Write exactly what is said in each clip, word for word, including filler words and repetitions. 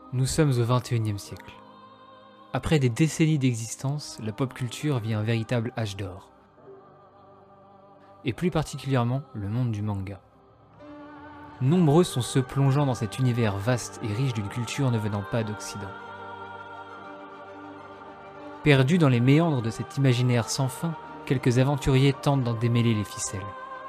Nous sommes au vingt et unième siècle. Après des décennies d'existence, la pop culture vit un véritable âge d'or. Et plus particulièrement, le monde du manga. Nombreux sont ceux plongeant dans cet univers vaste et riche d'une culture ne venant pas d'Occident. Perdus dans les méandres de cet imaginaire sans fin, quelques aventuriers tentent d'en démêler les ficelles.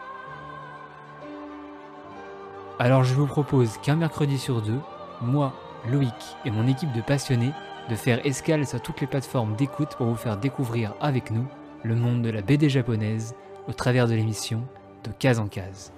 Alors je vous propose qu'un mercredi sur deux, moi, Loïc et mon équipe de passionnés, de faire escale sur toutes les plateformes d'écoute pour vous faire découvrir avec nous le monde de la B D japonaise au travers de l'émission de Case en Case.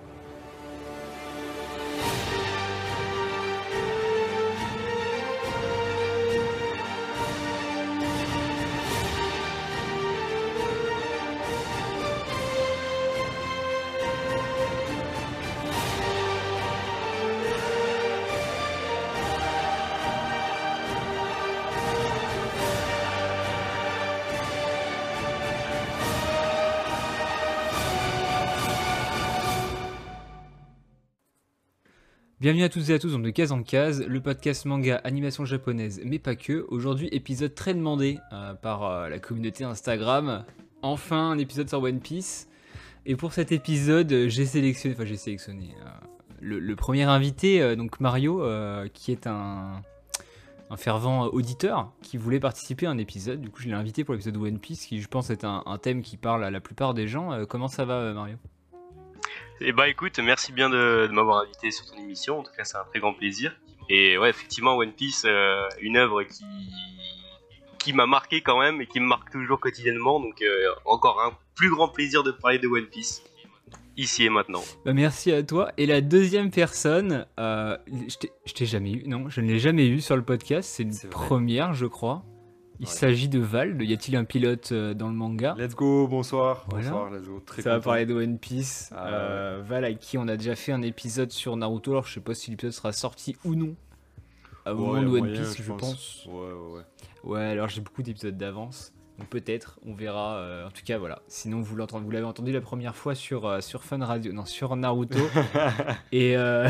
Bienvenue à toutes et à tous dans de Case en Case, le podcast manga animation japonaise, mais pas que. Aujourd'hui, épisode très demandé euh, par euh, la communauté Instagram. Enfin, un épisode sur One Piece. Et pour cet épisode, j'ai sélectionné, enfin j'ai sélectionné euh, le, le premier invité, euh, donc Mario, euh, qui est un, un fervent auditeur qui voulait participer à un épisode. Du coup, je l'ai invité pour l'épisode One Piece, qui je pense est un, un thème qui parle à la plupart des gens. Euh, comment ça va, euh, Mario ? Eh bah écoute, merci bien de, de m'avoir invité sur ton émission, en tout cas c'est un très grand plaisir. Et ouais, effectivement, One Piece, euh, une œuvre qui, qui m'a marqué quand même et qui me marque toujours quotidiennement, donc euh, encore un plus grand plaisir de parler de One Piece, ici et maintenant. Bah merci à toi. Et la deuxième personne, euh, je, t'ai, je t'ai jamais eu, non, je ne l'ai jamais eu sur le podcast, c'est une c'est première je crois. Il ouais. s'agit de Val, de Y a-t-il un pilote euh, dans le manga ? Let's go, bonsoir. Voilà. Bonsoir, let's go. Très Ça content. va parler de One Piece. Ah, euh, ouais. Val, avec qui on a déjà fait un épisode sur Naruto. Alors je sais pas si l'épisode sera sorti ou non. Au moment de One moyen, Piece, je, je pense. pense. Ouais, ouais, ouais. Ouais, alors j'ai beaucoup d'épisodes d'avance. Donc peut-être, on verra. Euh, en tout cas, voilà. Sinon, vous, vous l'avez entendu la première fois sur, euh, sur Fun Radio. Non, sur Naruto. Et. Euh...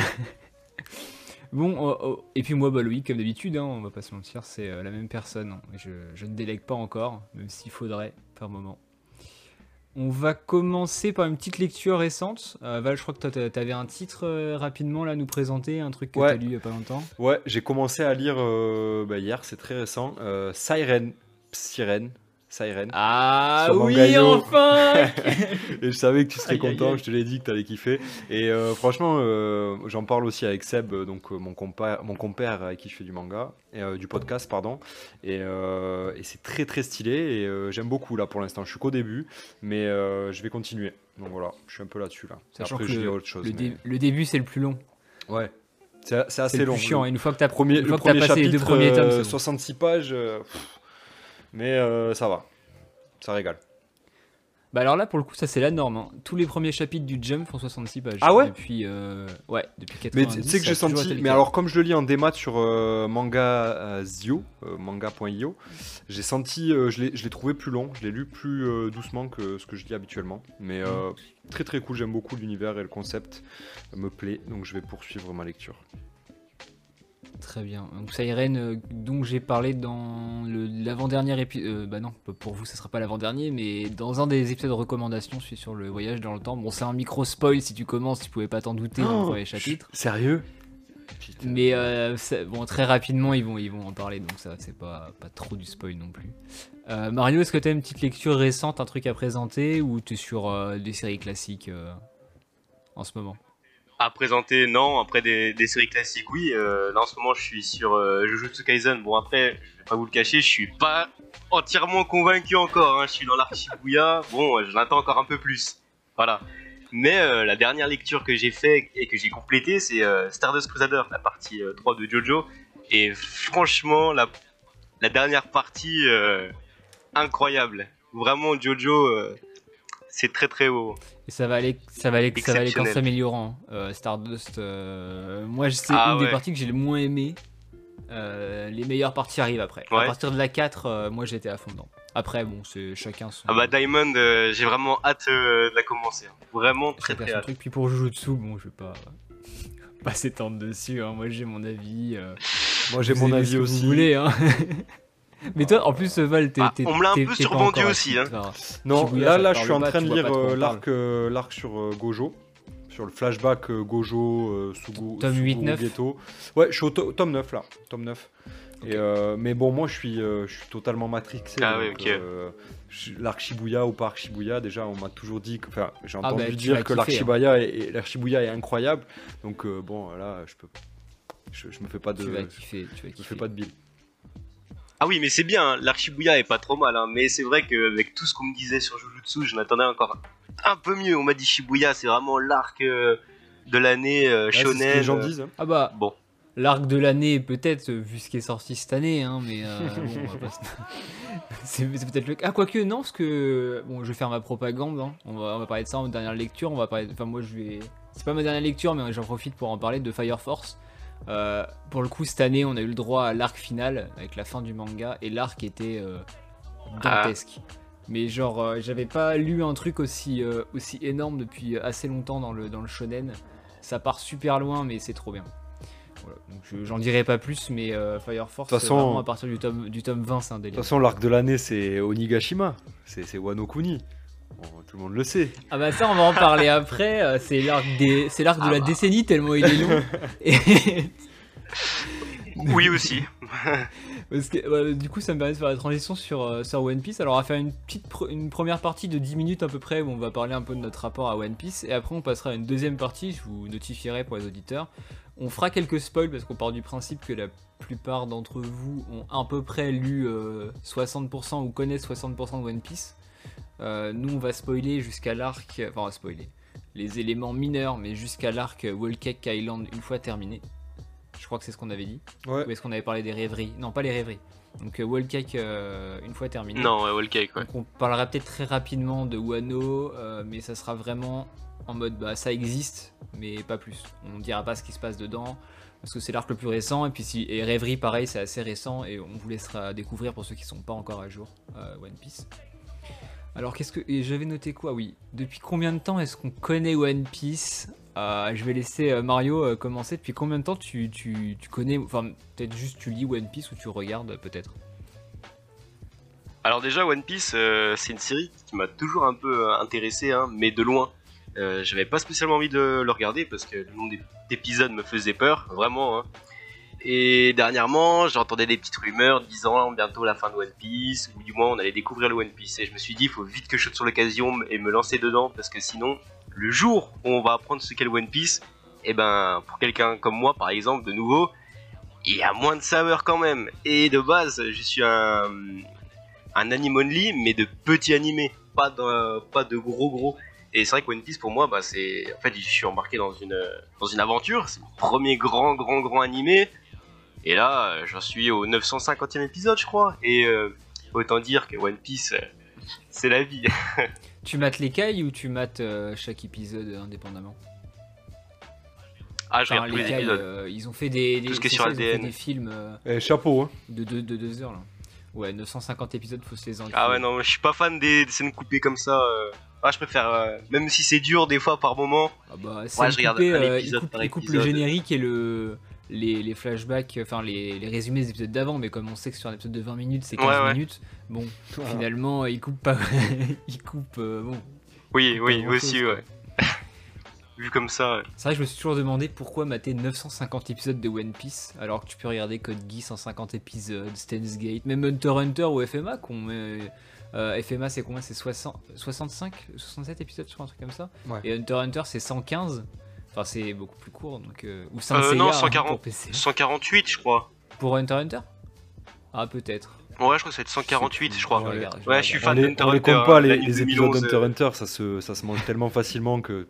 Bon, oh, oh. Et puis moi, bah, Loïc, comme d'habitude, hein, on va pas se mentir, c'est euh, la même personne. Je, je ne délègue pas encore, même s'il faudrait par moment. On va commencer par une petite lecture récente. Euh, Val, je crois que toi, t'avais un titre euh, rapidement là, à nous présenter, un truc que ouais. t'as lu il y a pas longtemps. Ouais, j'ai commencé à lire euh, bah, hier, c'est très récent. Euh, Siren, Siren. Siren. Ah oui, enfin. Et je savais que tu serais aïe, content, aïe, aïe. Je te l'ai dit que tu allais kiffer. Et euh, franchement, euh, j'en parle aussi avec Seb, donc euh, mon, compère, mon compère avec qui je fais du manga, et, euh, du podcast, pardon. Et, euh, et c'est très très stylé, et euh, j'aime beaucoup là pour l'instant. Je suis qu'au début, mais euh, je vais continuer. Donc voilà, je suis un peu là-dessus là. Sachant Après, que je le, lis autre chose. Le, mais... dé- le début, c'est le plus long. Ouais. C'est, c'est assez c'est le long. Plus chiant. Le, Une fois que t'as premier, une fois le que t'as premier passé chapitre, les deux premiers tomes, c'est bon. soixante-six pages, euh, mais euh, ça va. Ça régale. Bah alors là pour le coup ça c'est la norme, hein. Tous les premiers chapitres du Jump font soixante-six pages. Ah ouais depuis, euh, ouais, depuis quatre-vingt-dix. Mais tu sais que j'ai senti, mais alors comme je le lis en démat sur euh, manga euh, Zio, euh, manga point i o, j'ai senti, euh, je, l'ai, je l'ai trouvé plus long, je l'ai lu plus euh, doucement que ce que je lis habituellement. Mais euh, mmh. très très cool, j'aime beaucoup l'univers et le concept me plaît, donc je vais poursuivre ma lecture. Très bien. Donc Siren, euh, dont j'ai parlé dans le, l'avant-dernier épisode. Euh, bah non, pour vous, ça sera pas l'avant-dernier, mais dans un des épisodes de recommandations, je suis sur le voyage dans le temps. Bon, c'est un micro spoil si tu commences, tu pouvais pas t'en douter oh, dans le premier chapitre. Sérieux ? Putain. Mais euh, ça, bon, très rapidement, ils vont, ils vont en parler, donc ça, c'est pas, pas trop du spoil non plus. Euh, Mario, est-ce que tu as une petite lecture récente, un truc à présenter, ou tu es sur euh, des séries classiques euh, en ce moment ? À présenter, non. Après des, des séries classiques, oui. Euh, là en ce moment, je suis sur euh, Jujutsu Kaisen. Bon, après, je vais pas vous le cacher, je suis pas entièrement convaincu encore. Hein. Je suis dans l'arc Shibuya. Bon, je l'attends encore un peu plus. Voilà. Mais euh, la dernière lecture que j'ai fait et que j'ai complétée, c'est euh, Stardust Crusader, la partie euh, trois de Jojo. Et franchement, la, la dernière partie, euh, incroyable. Vraiment, Jojo. Euh, C'est très très haut. Et ça va aller, ça va aller, ça va aller qu'en s'améliorant. Euh, Stardust, euh, moi c'est ah, une ouais. des parties que j'ai le moins aimé. Euh, les meilleures parties arrivent après. Ouais. À partir de la quatre, euh, moi j'étais à fond dedans. Après, bon, c'est chacun son. Ah bah Diamond, euh, j'ai vraiment hâte euh, de la commencer. Vraiment très chacun très son hâte. Truc. Puis pour Jujutsu, bon, je vais pas, pas s'étendre dessus. Hein. Moi j'ai mon avis. Euh, Moi j'ai Vous mon aimez ce avis que aussi. Vous voulez, hein. Mais toi, en plus, Val, t'es. Ah, t'es- on me l'a un t'es- peu t'es pas survendu encore aussi, assis, hein. enfin, Non, Shibuya, là, ça là, te je suis parle en pas, train tu de vois lire pas de quoi euh, on parle. l'arc, euh, l'arc sur euh, Gojo, sur le flashback euh, Gojo, euh, Sugu, Tome huit, Suguru neuf. Geto. Ouais, je suis au to- tome neuf là, tome neuf. Ok. Et, euh, mais bon, moi je suis, euh, je suis totalement matrixé. Ah donc, ouais, ok. euh, je- l'arc Shibuya ou pas arc Shibuya, déjà on m'a toujours dit, que- enfin j'ai Ah entendu bah, tu dire vas que l'arc kiffer, hein. Shibuya, est, est- l'arc Shibuya est incroyable. Donc euh, bon, là je peux, je, je me fais pas de, Tu vas kiffer, tu vas je me kiffer. fais pas de bile. Ah oui, mais c'est bien, hein, l'arc Shibuya est pas trop mal, hein, mais c'est vrai qu'avec tout ce qu'on me disait sur Jujutsu, je m'attendais encore un peu mieux. On m'a dit Shibuya, c'est vraiment l'arc euh, de l'année euh, Ouais, c'est ce que shonen. les gens euh, disent. Hein. Ah bah, Bon, l'arc de l'année, peut-être, euh, vu ce qui est sorti cette année, hein, mais euh, bon, on va pas se- c'est c'est peut-être le cas. Ah, quoique, non, parce que. Bon, je vais faire ma propagande, hein. on, va, on va parler de ça en dernière lecture. On va parler. Enfin, moi, je vais. C'est pas ma dernière lecture, mais j'en profite pour en parler de Fire Force. Euh, pour le coup, cette année, on a eu le droit à l'arc final, avec la fin du manga, et l'arc était euh, dantesque. Mais genre, euh, j'avais pas lu un truc aussi, euh, aussi énorme depuis assez longtemps dans le, dans le shonen. Ça part super loin, mais c'est trop bien. Voilà, donc je- j'en dirai pas plus, mais euh, Fire Force, De toute façon- vraiment à partir du tome, du tome vingt, c'est un De délire. toute façon, l'arc de l'année c'est Onigashima, c'est c'est Wano Kuni. Bon, tout le monde le sait. Ah bah ça, on va en parler après. euh, c'est l'arc des, c'est l'arc de Ah la bah. décennie tellement il est long. Et oui aussi. parce que, ouais, du coup, ça me permet de faire la transition sur, euh, sur One Piece. Alors, on va faire une petite pre- une première partie de dix minutes à peu près où on va parler un peu de notre rapport à One Piece. Et après, on passera à une deuxième partie. Je vous notifierai pour les auditeurs. On fera quelques spoils parce qu'on part du principe que la plupart d'entre vous ont à peu près lu euh, soixante pour cent ou connaissent soixante pour cent de One Piece. Euh, nous, on va spoiler jusqu'à l'arc. Enfin, on va spoiler les éléments mineurs, mais jusqu'à l'arc Whole Cake Island une fois terminé. Je crois que c'est ce qu'on avait dit. Ouais. Ou est-ce qu'on avait parlé des rêveries? Non, pas les rêveries. Donc euh, Whole Cake euh, une fois terminé. Non, ouais, Whole Cake, ouais. Donc on parlera peut-être très rapidement de Wano, euh, mais ça sera vraiment en mode bah ça existe, mais pas plus. On dira pas ce qui se passe dedans, parce que c'est l'arc le plus récent, et puis si et rêverie pareil c'est assez récent, et on vous laissera découvrir pour ceux qui sont pas encore à jour euh, One Piece. Alors qu'est-ce que et j'avais noté quoi? Oui. Depuis combien de temps est-ce qu'on connaît One Piece? Euh, je vais laisser euh, Mario euh, commencer. Depuis combien de temps tu, tu, tu connais, enfin peut-être juste tu lis One Piece ou tu regardes peut-être? Alors déjà, One Piece, euh, c'est une série qui m'a toujours un peu euh, intéressé, hein, mais de loin. Euh, J'avais pas spécialement envie de le regarder parce que le nombre d'épisodes me faisait peur, vraiment. Hein. Et dernièrement, j'entendais des petites rumeurs disant bientôt la fin de One Piece, ou du moins on allait découvrir le One Piece. Et je me suis dit, il faut vite que je saute sur l'occasion et me lancer dedans, parce que sinon, le jour où on va apprendre ce qu'est le One Piece, et ben pour quelqu'un comme moi par exemple, de nouveau, il y a moins de saveur quand même. Et de base, je suis un, un anime only, mais de petits animés, pas de, pas de gros gros. Et c'est vrai que One Piece pour moi, bah, c'est, en fait, je suis embarqué dans une, dans une aventure. C'est mon premier grand grand grand animé. Et là, j'en suis au neuf cent cinquantième épisode, je crois. Et euh, autant dire que One Piece, euh, c'est la vie. Tu mates les cailles ou tu mates euh, chaque épisode indépendamment? Ah, je Enfin, regarde tous les les cailles, épisodes. euh, ils ont fait des, des, Tout ce qui est c'est sur ça, ils ont fait A D N. des films euh, Eh, chapeau, hein. de deux de deux heures là. Ouais, neuf cent cinquante épisodes, faut se les enculer. Ah ouais, non, je suis pas fan des, des scènes coupées comme ça. euh. Ah, je préfère, euh, même si c'est dur des fois par moment. Ah bah, Ouais, je regarde coupé, un euh, épisode il coupe, par il coupe le épisode. générique et le les, les flashbacks, enfin les, les résumés des épisodes d'avant, mais comme on sait que sur un épisode de vingt minutes c'est quinze Ouais, ouais. minutes, bon, Voilà. finalement il coupe pas, il coupe, euh, bon. Oui, Pas oui, grand-chose, aussi, quoi. ouais. Vu comme ça, ouais. C'est vrai que je me suis toujours demandé pourquoi mater neuf cent cinquante épisodes de One Piece alors que tu peux regarder Code Geass cent cinquante épisodes, Steins Gate, même Hunter x Hunter ou F M A qu'on met. Euh, F M A c'est combien? C'est soixante, soixante-cinq, soixante-sept épisodes, je crois, un truc comme ça. Ouais. Et Hunter x Hunter c'est cent quinze. Enfin c'est beaucoup plus court donc euh, ou Euh, Saint non, Seiya, cent hein, quarante. pour P C. cent quarante-huit, je crois. Pour Hunter x Hunter? Ah peut-être. Ouais, je crois que ça va être cent quarante-huit, je crois. Je Ouais, regarde, je je suis regarde. fan On les, d'Hunter on les Hunter. compte pas, hein, les, l'anime les épisodes deux mille onze, d'Hunter euh. Hunter, ça se, ça se mange tellement facilement que.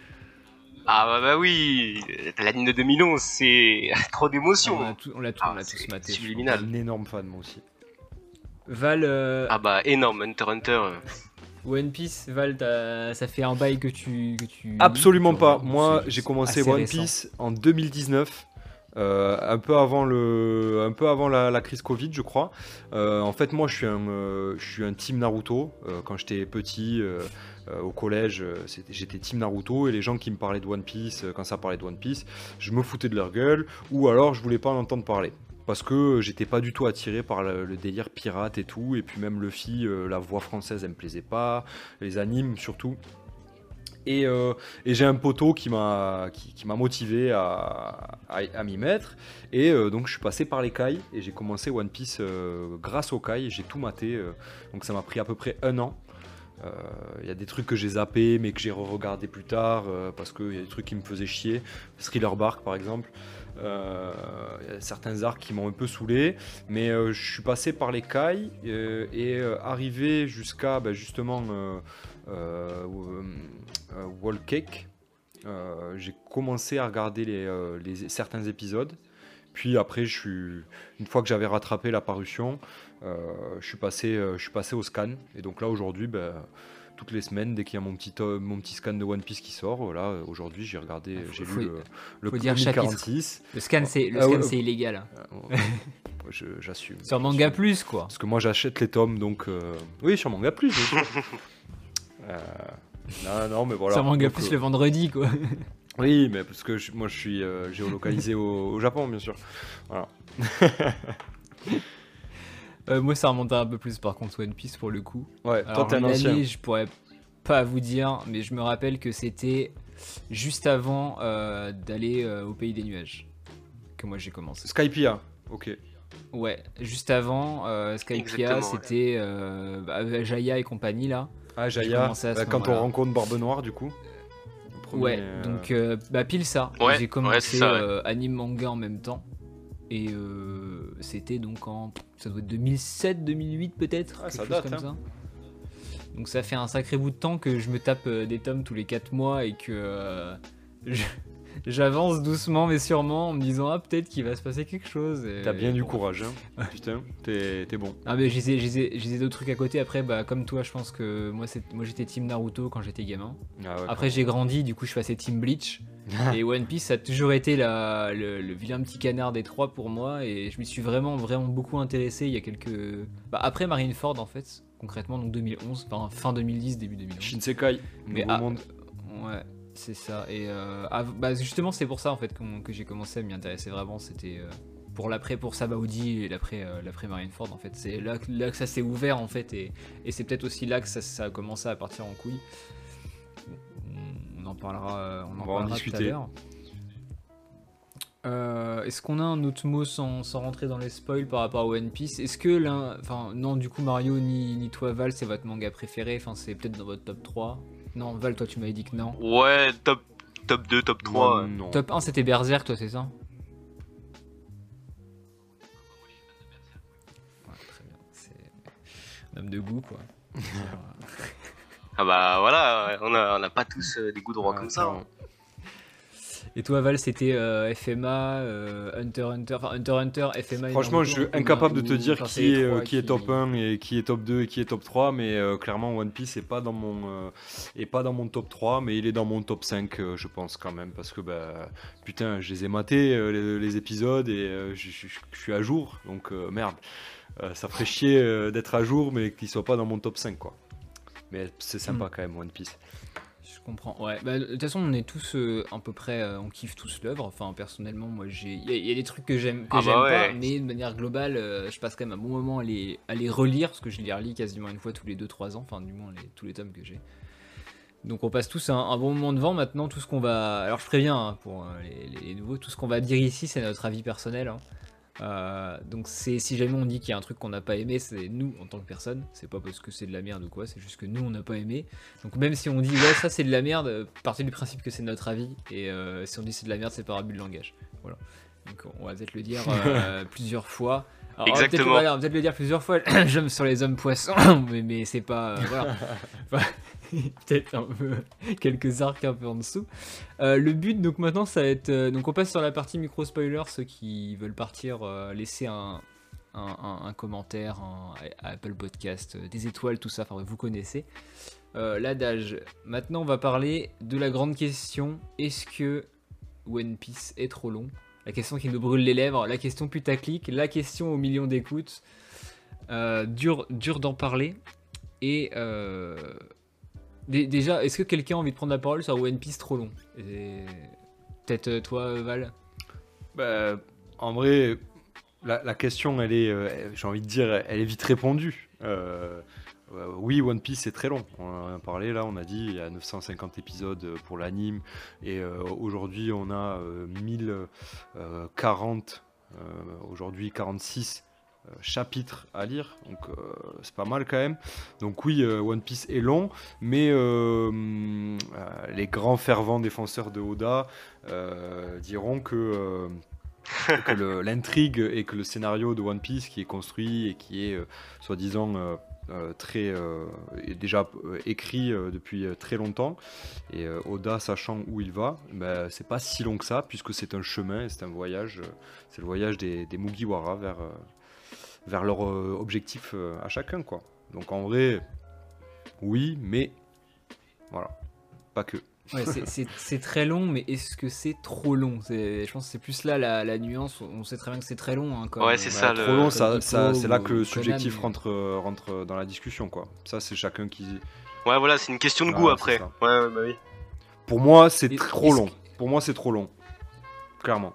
Ah bah, bah oui, l'anime de deux mille onze, c'est trop On d'émotions. l'a tout- on l'a tout- Ah, on l'a tous c'est maté. je subliminal. Un énorme fan, moi aussi. pense. Val, euh, Ah bah énorme, Hunter x Hunter. euh. One Piece, Val, t'as- ça fait un bail que tu. Que tu Absolument tu pas. regardes, Moi, c'est- j'ai c'est commencé assez One récent. Piece en deux mille dix-neuf. euh, un peu avant le, un peu avant la, la crise Covid, je crois. Euh, en fait, moi, je suis un, euh, je suis un team Naruto. Euh, quand j'étais petit, euh, euh, au collège, euh, c'était- j'étais team Naruto et les gens qui me parlaient de One Piece, euh, quand ça parlait de One Piece, je me foutais de leur gueule ou alors je voulais pas en entendre parler. parce que j'étais pas du tout attiré par le, le délire pirate et tout, et puis même Luffy, euh, la voix française elle me plaisait pas, les animes surtout. Et, euh, et j'ai un poteau qui m'a qui, qui m'a motivé à, à, à m'y mettre, et euh, donc je suis passé par les Kai et j'ai commencé One Piece euh, grâce aux Kai. J'ai tout maté, euh, donc ça m'a pris à peu près un an. Il euh, y a des trucs que j'ai zappés mais que j'ai re-regardé plus tard euh, parce qu'il y a des trucs qui me faisaient chier. Thriller Bark par exemple. Il euh, y a certains arcs qui m'ont un peu saoulé, mais euh, je suis passé par les Kai euh, et euh, arrivé jusqu'à bah, justement euh, euh, euh, Wall Cake. Euh, j'ai commencé à regarder les, euh, les, certains épisodes. Puis après, je suis, une fois que j'avais rattrapé la parution, euh, je, suis passé, euh, je suis passé au scan. Et donc là, aujourd'hui, ben, toutes les semaines, dès qu'il y a mon petit, euh, mon petit scan de One Piece qui sort, là, aujourd'hui, j'ai regardé, faut, j'ai faut, lu le, le faut dire quarante-six. Le scan, c'est, le Ah, scan, ouais, c'est illégal. Euh, je, j'assume. Sur Manga j'assume. Plus, quoi. Parce que moi, j'achète les tomes, donc... Euh... Oui, sur Manga Plus, bien sûr. euh... Non, non, mais voilà. Sur Manga donc, Plus euh... le vendredi, quoi. Oui, mais parce que je, moi je suis euh, géolocalisé au, au Japon, bien sûr. Voilà. euh, moi, ça remonte un peu plus par contre One Piece pour le coup. Ouais, alors, toi t'es un ancien. Je pourrais pas vous dire, mais je me rappelle que c'était juste avant euh, d'aller euh, au Pays des Nuages que moi j'ai commencé. Skypiea, ok. Ouais, juste avant euh, Skypiea, c'était ouais. euh, bah, Jaya et compagnie là. Ah, Jaya, bah, quand on rencontre Barbe Noire du coup. Premier, ouais, euh... donc euh, bah pile ça. Ouais, j'ai commencé ouais, ça, ouais. euh, anime manga en même temps. Et euh, c'était donc en. Ça doit être deux mille sept, deux mille huit peut-être. Ah, quelque ça chose date, comme hein. ça. Donc ça fait un sacré bout de temps que je me tape euh, des tomes tous les quatre mois et que euh, je... j'avance doucement mais sûrement en me disant ah peut-être qu'il va se passer quelque chose. Et... T'as bien du courage, hein. Putain, t'es, t'es bon. Ah mais j'ai d'autres trucs à côté après, bah comme toi je pense que moi, moi j'étais team Naruto quand j'étais gamin. Ah ouais, après j'ai grandi, du coup je passais team Bleach. Et One Piece ça a toujours été la, le, le vilain petit canard des trois pour moi et je m'y suis vraiment vraiment beaucoup intéressé il y a quelques... Bah, après Marineford en fait, concrètement donc deux mille onze, enfin fin deux mille dix, début deux mille onze. Shinsekai, mais nouveau ah, monde. Ouais. C'est ça, et euh, ah, bah justement c'est pour ça en fait que, que j'ai commencé à m'y intéresser vraiment, c'était euh, pour l'après pour Sabaody et l'après euh, l'après Marineford en fait, c'est là, là que ça s'est ouvert en fait, et, et c'est peut-être aussi là que ça, ça a commencé à partir en couille. On en parlera, on en on parlera va en discuter. Tout à l'heure. Euh, est-ce qu'on a un autre mot sans, sans rentrer dans les spoils par rapport à One Piece? Est-ce que l'un, enfin non du coup Mario ni, ni toi Val c'est votre manga préféré, enfin c'est peut-être dans votre top trois? Non, Val, toi tu m'avais dit que non. Ouais, top, top deux, top trois. Non, non. Top un, c'était Berserk, toi, c'est ça? Ouais, très bien. C'est un homme de goût, quoi. Ah bah voilà, on a, on a pas tous euh, des goûts droits ouais, comme ça. Hein. Et toi, Val, c'était euh, F M A, euh, Hunter Hunter, enfin Hunter Hunter, F M A. Franchement, je suis incapable de te dire qui est, euh, qui est top un et qui est top deux et qui est top trois, mais euh, clairement One Piece est pas dans mon euh, est pas dans mon top trois, mais il est dans mon top cinq, euh, je pense quand même, parce que bah putain, je les ai matés euh, les, les épisodes et euh, je, je, je suis à jour, donc euh, merde, euh, ça ferait chier euh, d'être à jour, mais qu'il soit pas dans mon top cinq quoi. Mais c'est sympa mm. quand même One Piece. Je comprends, ouais. Bah, de toute façon, on est tous euh, à peu près, euh, on kiffe tous l'œuvre. Enfin, personnellement, moi, j'ai, il y, y a des trucs que j'aime, que ah j'aime bah ouais. pas, mais de manière globale, euh, je passe quand même un bon moment à les, à les relire parce que je les relis quasiment une fois tous les deux trois ans, enfin, du moins les, tous les tomes que j'ai. Donc, on passe tous un, un bon moment devant. Maintenant, tout ce qu'on va, alors je préviens hein, pour euh, les, les nouveaux, tout ce qu'on va dire ici, c'est notre avis personnel. Hein. Euh, donc c'est si jamais on dit qu'il y a un truc qu'on n'a pas aimé, c'est nous en tant que personne, c'est pas parce que c'est de la merde ou quoi, c'est juste que nous on n'a pas aimé. Donc même si on dit ouais ça c'est de la merde, partez du principe que c'est notre avis, et euh, si on dit c'est de la merde c'est par abus de langage. Voilà. Donc on va peut-être le dire euh, plusieurs fois. Alors, exactement. On va peut-être, on va peut-être le dire plusieurs fois. J'aime sur les hommes poissons, mais, mais c'est pas euh, voilà. Enfin, peut-être un peu quelques arcs un peu en dessous. Euh, le but donc maintenant ça va être euh, donc on passe sur la partie micro spoiler. Ceux qui veulent partir, euh, laisser un, un, un, un commentaire, un, un Apple Podcast, euh, des étoiles, tout ça. Enfin vous connaissez euh, l'adage. Maintenant on va parler de la grande question: est-ce que One Piece est trop long? La question qui nous brûle les lèvres, la question putaclic, la question aux millions d'écoutes. Euh, dur, dur d'en parler. Et euh, d- déjà, est-ce que quelqu'un a envie de prendre la parole sur One Piece trop long? Et peut-être toi, Val? Bah, en vrai, la, la question, elle est, euh, j'ai envie de dire, elle est vite répondue. Euh, euh, oui, One Piece c'est très long. On en a parlé là, on a dit il y a neuf cent cinquante épisodes pour l'anime et euh, aujourd'hui on a euh, mille quarante, euh, aujourd'hui quarante-six euh, chapitres à lire, donc euh, c'est pas mal quand même. Donc oui, euh, One Piece est long, mais euh, euh, les grands fervents défenseurs de Oda euh, diront que euh, que le- l'intrigue et que le scénario de One Piece qui est construit et qui est euh, soi-disant euh, euh, très euh, est déjà euh, écrit euh, depuis euh, très longtemps et euh, Oda sachant où il va, ben, c'est pas si long que ça puisque c'est un chemin et c'est un voyage, euh, c'est le voyage des, des Mugiwara vers, euh, vers leur euh, objectif euh, à chacun quoi. Donc en vrai, oui, mais voilà, pas que. Ouais, c'est- c'est c'est très long, mais est-ce que c'est trop long? C'est- Je pense que c'est plus là la, la nuance. On sait très bien que c'est très long, hein, comme, Ouais, euh, c'est Bah, ça, trop le- long, comme ça, Hippo ça- c'est là que ou le Conan, subjectif mais- rentre, euh, rentre dans la discussion quoi. Ça c'est chacun qui. Ouais, voilà, c'est une question de Ah, goût c'est après. ça. Ouais, ouais, bah oui. Pour moi, c'est Et- trop est-ce long. que- Pour moi, c'est trop long. Clairement.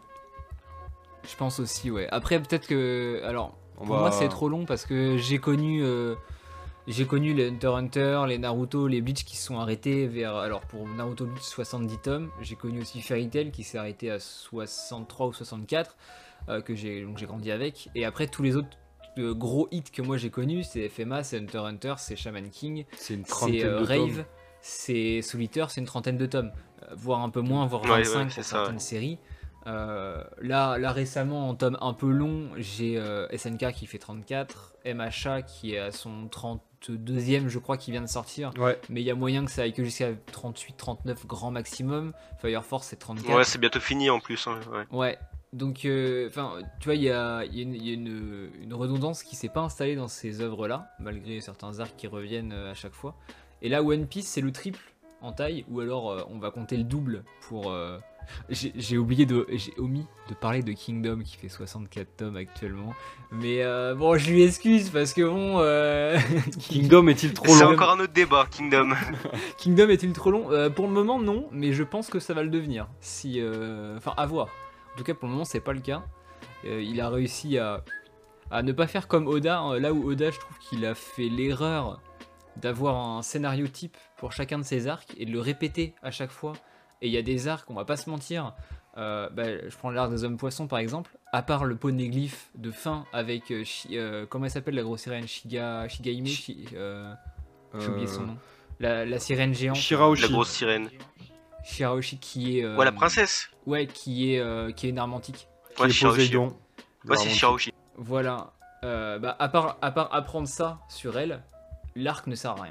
Je pense aussi, ouais. Après, peut-être que. Alors, On pour va- moi, c'est trop long parce que j'ai connu. euh, J'ai connu les Hunter x Hunter, les Naruto, les Bleach qui se sont arrêtés vers. Alors, pour Naruto Bleach, soixante-dix tomes. J'ai connu aussi Fairy Tail qui s'est arrêté à soixante-trois ou soixante-quatre, euh, que j'ai donc j'ai grandi avec. Et après, tous les autres euh, gros hits que moi j'ai connus, c'est F M A, c'est Hunter x Hunter, c'est Shaman King, C'est une trentaine c'est euh, de Rave, tomes. c'est Solitaire, c'est une trentaine de tomes, euh, voire un peu moins, voire Ouais, ouais, vingt-cinq c'est pour ça, certaines ouais. séries. Euh, là, là récemment, en tome un peu long, j'ai euh, S N K qui fait trente-quatre, M H A qui est à son trente-deuxième, je crois, qui vient de sortir. Ouais. Mais il y a moyen que ça aille que jusqu'à trente-huit trente-neuf grand maximum. Fire Force c'est trente-quatre. Ouais, c'est bientôt fini en plus. Hein, ouais. Ouais, donc, enfin, tu vois, il y a, il y a une, il y a une- une redondance qui s'est pas installée dans ces œuvres-là, malgré certains arcs qui reviennent euh, à chaque fois. Et là, One Piece, c'est le triple en taille, ou alors euh, on va compter le double pour. euh, J'ai j'ai oublié de, j'ai omis de parler de Kingdom qui fait soixante-quatre tomes actuellement, mais euh, bon, je lui excuse parce que bon. euh, Kingdom est-il trop C'est long encore un autre débat, Kingdom. Kingdom est-il trop long? Euh, Pour le moment, non, mais je pense que ça va le devenir. Si, euh, enfin, à voir. En tout cas, pour le moment, c'est pas le cas. Euh, il a réussi à, à ne pas faire comme Oda. hein. Là où Oda, je trouve qu'il a fait l'erreur d'avoir un scénario type pour chacun de ses arcs et de le répéter à chaque fois. Et il y a des arcs, on va pas se mentir. euh, bah, je prends l'arc des hommes poissons par exemple. À part le poneglyphe de fin avec euh, Shi- euh, comment elle s'appelle la grosse sirène Shiga, Shigaime. Shi- euh, J'ai oublié son Euh, nom. La, la sirène géante. Shirahoshi. La grosse sirène. Shirahoshi qui est. euh, Ouais, la princesse. Ouais, qui est, euh, qui est une armantique. Qui Ouais, est Shirahoshi. Poséidon. Ouais, c'est Shirahoshi. Voilà. Euh, bah, à part, à part apprendre ça sur elle, l'arc ne sert à rien.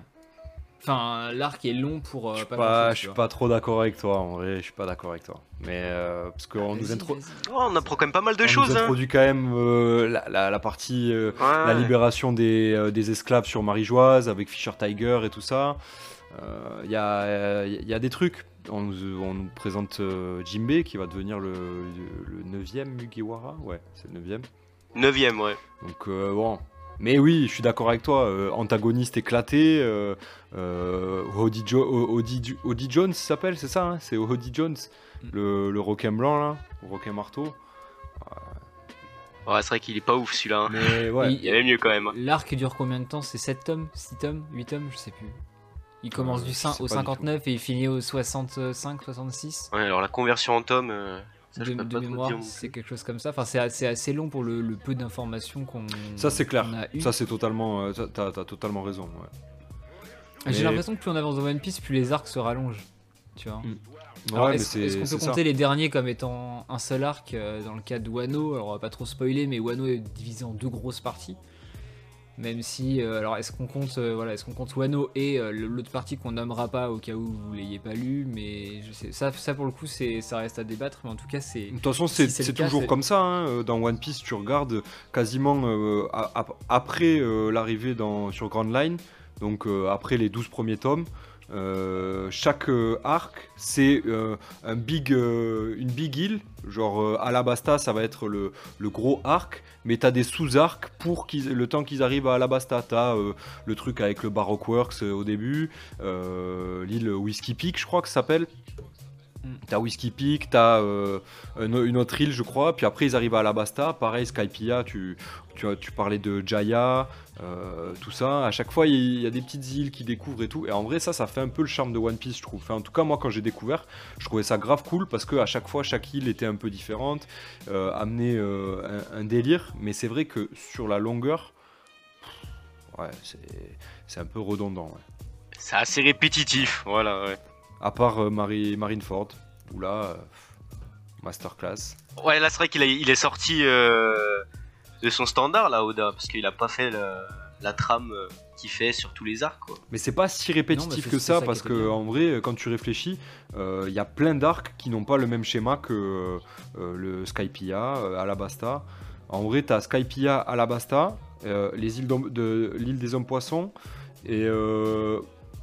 Enfin, l'arc est long pour. euh, Je suis pas, pas, grand-chose, je tu suis vois. pas trop d'accord avec toi en vrai, je suis pas d'accord avec toi. Mais euh, parce qu'on nous, Vas-y, intro- vas-y. Oh, on apprend quand même pas mal de on nous choses. Hein. introduit quand même euh, la, la- la partie, euh, Ouais. la libération des, euh, des esclaves sur Marie-Joise avec Fisher Tiger et tout ça. Il y, a, il y a des trucs. On nous, on nous présente euh, Jinbei qui va devenir le, le neuvième Mugiwara. Ouais, c'est le neuvième. Neuvième, ouais. Donc euh, bon. Mais oui, je suis d'accord avec toi. euh, antagoniste éclaté. Euh, euh, Odie, Jo- O- Odie- Odie Jones s'appelle, c'est ça hein c'est Odie Jones, Mm. le, le requin blanc là, le requin marteau. Ouais, c'est vrai qu'il est pas ouf celui-là. Hein. Mais ouais. Oui. Il y avait mieux quand même. L'arc dure combien de temps? C'est sept tomes? six tomes? huit tomes? Je sais plus. Il commence Euh, du je cin- sais au pas du cinquante-neuf et il finit au soixante-cinq, soixante-six. Ouais, alors la conversion en tome, euh, ça De, je peux de pas trop mémoire, dire non c'est plus. quelque chose comme ça. Enfin, c'est assez, assez long pour le, le peu d'informations qu'on Ça c'est clair. qu'on a eu. Ça c'est totalement. euh, t'as- T'as t'as totalement raison. Ouais. J'ai Mais- l'impression que plus on avance dans One Piece, plus les arcs se rallongent. Tu vois. Mm. Alors, Ouais, mais est-ce c'est est-ce qu'on c'est peut ça. compter les derniers comme étant un seul arc euh, dans le cas de Wano? Alors on va pas trop spoiler, mais Wano est divisé en deux grosses parties. Même si, euh, alors est-ce qu'on compte, euh, voilà, est-ce qu'on compte Wano et euh, l'autre partie qu'on nommera pas au cas où vous l'ayez pas lu, mais je sais, ça, ça pour le coup, c'est, ça reste à débattre, mais en tout cas c'est. De toute façon, Si c'est c'est le c'est cas, toujours c'est- comme ça. hein, euh, Dans One Piece, tu regardes quasiment euh, a- ap- après euh, l'arrivée dans- sur Grand Line, donc euh, après les douze premiers tomes, euh, chaque euh, arc, c'est euh, un big, euh, une big hill. Genre euh, Alabasta, ça va être le, le gros arc, mais t'as des sous-arcs pour qu'ils, le temps qu'ils arrivent à Alabasta. T'as euh, le truc avec le Baroque Works euh, au début, euh, l'île Whiskey Peak, je crois que ça s'appelle. T'as Whiskey Peak, t'as euh, une, une autre île, je crois. Puis après, ils arrivent à Alabasta. Pareil, Skypiea, tu, tu, tu parlais de Jaya, euh, tout ça. À chaque fois, il y, y a des petites îles qu'ils découvrent et tout. Et en vrai, ça, ça fait un peu le charme de One Piece, je trouve. Enfin, en tout cas, moi, quand j'ai découvert, je trouvais ça grave cool parce qu'à chaque fois, chaque île était un peu différente, euh, amenait euh, un, un délire. Mais c'est vrai que sur la longueur, ouais, c'est, c'est un peu redondant. Ouais. C'est assez répétitif, voilà, ouais. À part euh, Marie, Marineford, où là, euh, masterclass. Ouais, là, c'est vrai qu'il a, il est sorti euh, de son standard, là, Oda, parce qu'il a pas fait la, la trame euh, qu'il fait sur tous les arcs, quoi. Mais c'est pas si répétitif Non, bah, que c'est ça, ça parce qui était que bien. en vrai, quand tu réfléchis, il euh, y a plein d'arcs qui n'ont pas le même schéma que euh, le Skypiea, euh, Alabasta. En vrai, t'as Skypiea, Alabasta, euh, les îles de l'île des hommes poissons, et euh,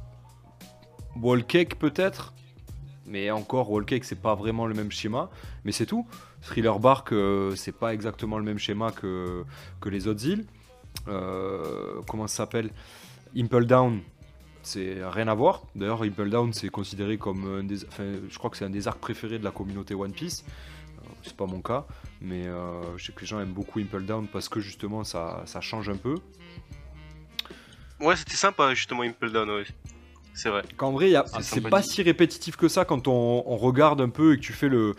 Whole Cake peut-être. Mais encore, Whole Cake, c'est pas vraiment le même schéma, mais c'est tout. Thriller Bark, euh, c'est pas exactement le même schéma que, que les autres îles. Euh, comment ça s'appelle? Impel Down, c'est rien à voir. D'ailleurs, Impel Down, c'est considéré comme un des, enfin, je crois que c'est un des arcs préférés de la communauté One Piece. Euh, c'est pas mon cas, mais euh, je sais que les gens aiment beaucoup Impel Down parce que justement, ça, ça change un peu. Ouais, c'était sympa, justement, Impel Down, ouais. C'est vrai. Qu'en vrai, y a, Ah, c'est sympathique. pas si répétitif que ça quand on, on regarde un peu et que tu fais le,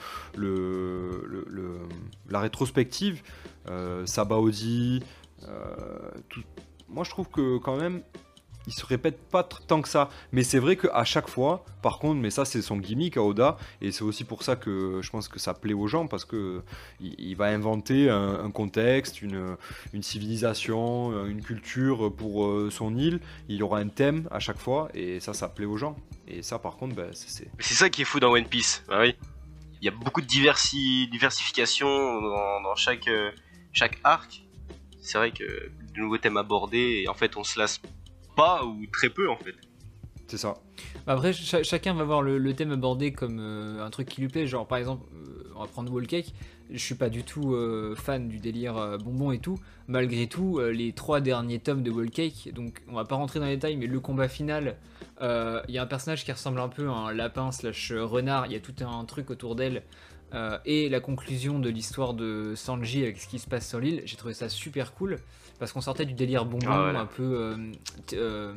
le, le- le- la rétrospective. Euh, Sabaody, euh, tout- moi je trouve que quand même, il se répète pas tr- tant que ça. Mais c'est vrai qu'à chaque fois, par contre, mais ça c'est son gimmick à Oda, et c'est aussi pour ça que je pense que ça plaît aux gens, parce que il, il va inventer un, un contexte, une, une civilisation, une culture pour euh, son île. Il y aura un thème à chaque fois, et ça, ça plaît aux gens. Et ça, par contre, ben, c'est, c'est- Mais c'est ça qui est fou dans One Piece, bah oui. Il y a beaucoup de diversi... diversification dans, dans chaque, euh, chaque arc. C'est vrai que de nouveaux thèmes abordés, et en fait, on se lasse pas, ou très peu, en fait. c'est ça. Bah Après, cha- chacun va voir le, le thème abordé comme euh, un truc qui lui plaît. Genre, par exemple, euh, on va prendre Whole Cake. Je suis pas du tout euh, fan du délire euh, bonbon et tout. Malgré tout, euh, les trois derniers tomes de Whole Cake, donc on va pas rentrer dans les détails, mais le combat final, euh, il y a un personnage qui ressemble un peu à un lapin slash renard. Il y a tout un truc autour d'elle. Euh, et la conclusion de l'histoire de Sanji avec ce qui se passe sur l'île, j'ai trouvé ça super cool. Parce qu'on sortait du délire bonbon, Ah, voilà. un peu. euh, t- euh,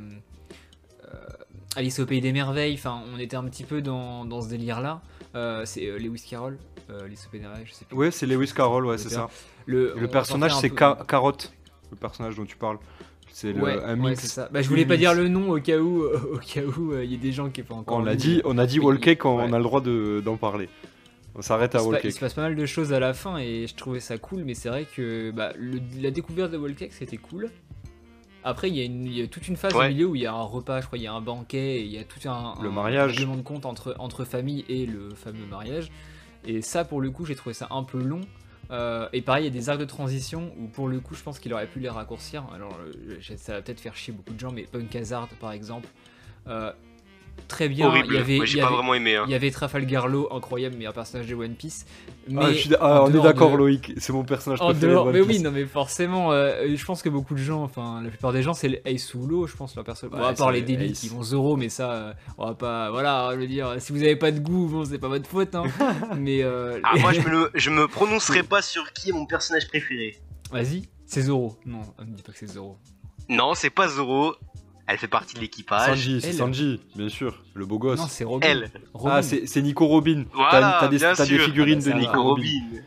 euh, Alice au pays des merveilles, enfin on était un petit peu dans, dans ce délire là. Euh, c'est euh, Lewis Carroll, euh, Alice au pays des merveilles, je sais plus. Ouais, c'est Lewis Carroll, ouais, c'est ça. Le, Et le on personnage, sortait c'est un peu- Ca- Carotte, le personnage dont tu parles. C'est le, Ouais, un ouais, mix. c'est ça. Bah, je voulais pas mix. dire le nom au cas où au cas où il y a des gens qui n'ont pas encore. On l'a lu, dit, mais- on a dit Oui, Whole Cake, on, ouais. on a le droit de, d'en parler. On s'arrête Il à se, Whole pa- il se Cake. passe pas mal de choses à la fin et je trouvais ça cool, mais c'est vrai que bah, le- la découverte de Whole Cake c'était cool. Après, il y, a une- il y a toute une phase Ouais. au milieu où il y a un repas, je crois, il y a un banquet, et il y a tout un, Le un mariage. règlement de compte entre, entre familles et le fameux mariage. Et ça, pour le coup, j'ai trouvé ça un peu long. Euh, et pareil, il y a des arcs de transition où, pour le coup, je pense qu'il aurait pu les raccourcir. Alors, euh, ça va peut-être faire chier beaucoup de gens, mais Punk Hazard, par exemple, euh, très bien. Horrible. Il y avait, Moi, il j'ai y pas avait- vraiment aimé. Hein. il y avait Trafalgar Law, incroyable, meilleur personnage de One Piece. Mais Ah, je suis d- ah, en on est dehors d'accord, de- Loïc, c'est mon personnage En préféré. de dehors, One mais Piece. oui, non, mais forcément, euh, je pense que beaucoup de gens, enfin, la plupart des gens, c'est le Ace ou Law, je pense, leur perso. Bon, Ouais, à part c'est les débiles Ace. qui vont Zoro, mais ça, euh, on va pas. Voilà, je veux dire, si vous avez pas de goût, bon, c'est pas votre faute, hein. mais. Euh, Ah, moi, je me, le- je me prononcerai pas sur qui est mon personnage préféré. Vas-y, c'est Zoro. Non, ne me dis pas que c'est Zoro. Non, c'est pas Zoro. Elle fait partie de l'équipage. Sanji, c'est Elle. Sanji, bien sûr, le beau gosse. Non, c'est Robin. Elle. Robin. Ah, c'est c'est Nico Robin. Voilà, T'as t'as des, bien t'as des sûr. figurines Ah bah, de ça Nico va. Robin. Robin.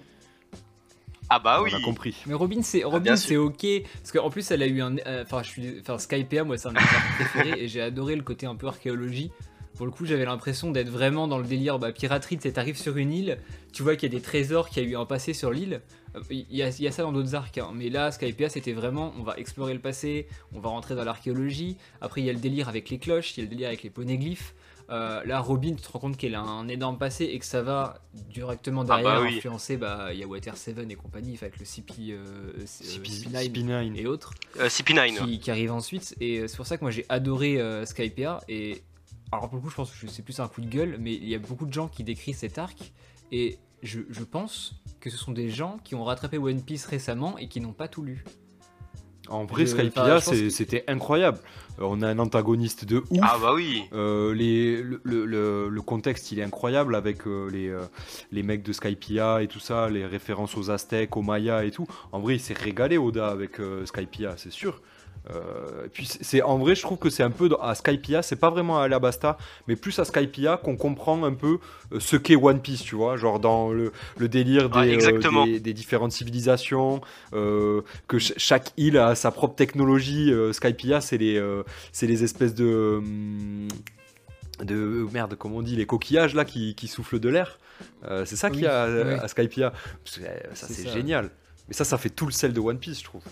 Ah bah oui. On a compris. Mais Robin, c'est Robin, bien c'est ok parce qu'en plus elle a eu un, euh, enfin je suis, enfin Skypiea, moi c'est un de mes arcs préférés et j'ai adoré le côté un peu archéologie. Pour le coup, j'avais l'impression d'être vraiment dans le délire bah, piraterie. Tu sais, t'arrives sur une île, tu vois qu'il y a des trésors, qu'il y a eu un passé sur l'île. Euh, Il y, a- il y a ça dans d'autres arcs, hein. Mais là, Skypiea, c'était vraiment, on va explorer le passé, on va rentrer dans l'archéologie. Après, il y a le délire avec les cloches, il y a le délire avec les poneglyphes. Euh, là, Robin, tu te rends compte qu'elle a un énorme passé et que ça va directement derrière Ah bah oui. influencer. Bah, il y a Water seven et compagnie, enfin, avec le C P, euh, euh, C P C P nine C P nine. et autres Euh, C P neuf. qui, qui arrive ensuite. Et c'est pour ça que moi j'ai adoré euh, Skypiea. Et alors pour le coup, je pense que c'est plus un coup de gueule, mais il y a beaucoup de gens qui décrivent cet arc. Et je, je pense que ce sont des gens qui ont rattrapé One Piece récemment et qui n'ont pas tout lu. En vrai, Je- Skypiea, enfin, je pense c'est- que- c'était incroyable. Euh, on a un antagoniste de ouf. Ah bah oui. Euh, les, le, le- le- le contexte il est incroyable avec euh, les, euh, les mecs de Skypiea et tout ça, les références aux Aztèques, aux Mayas et tout. En vrai, il s'est régalé Oda avec euh, Skypiea, c'est sûr. Euh, et puis c'est c'est- en vrai, je trouve que c'est un peu dans- à Skypiea, c'est pas vraiment à Alabasta, mais plus à Skypiea qu'on comprend un peu euh, ce qu'est One Piece, tu vois, genre dans le, le délire des, Ouais, euh, exactement. des, des différentes civilisations, euh, que ch- chaque île a sa propre technologie. euh, Skypiea, c'est les, euh, c'est les espèces de hum, de merde, comment on dit, les coquillages là qui, qui soufflent de l'air. Euh, c'est ça qu'il y a à, Oui, à Skypiea. Parce que, euh, ça C'est c'est ça. génial. Mais ça, ça fait tout le sel de One Piece, je trouve.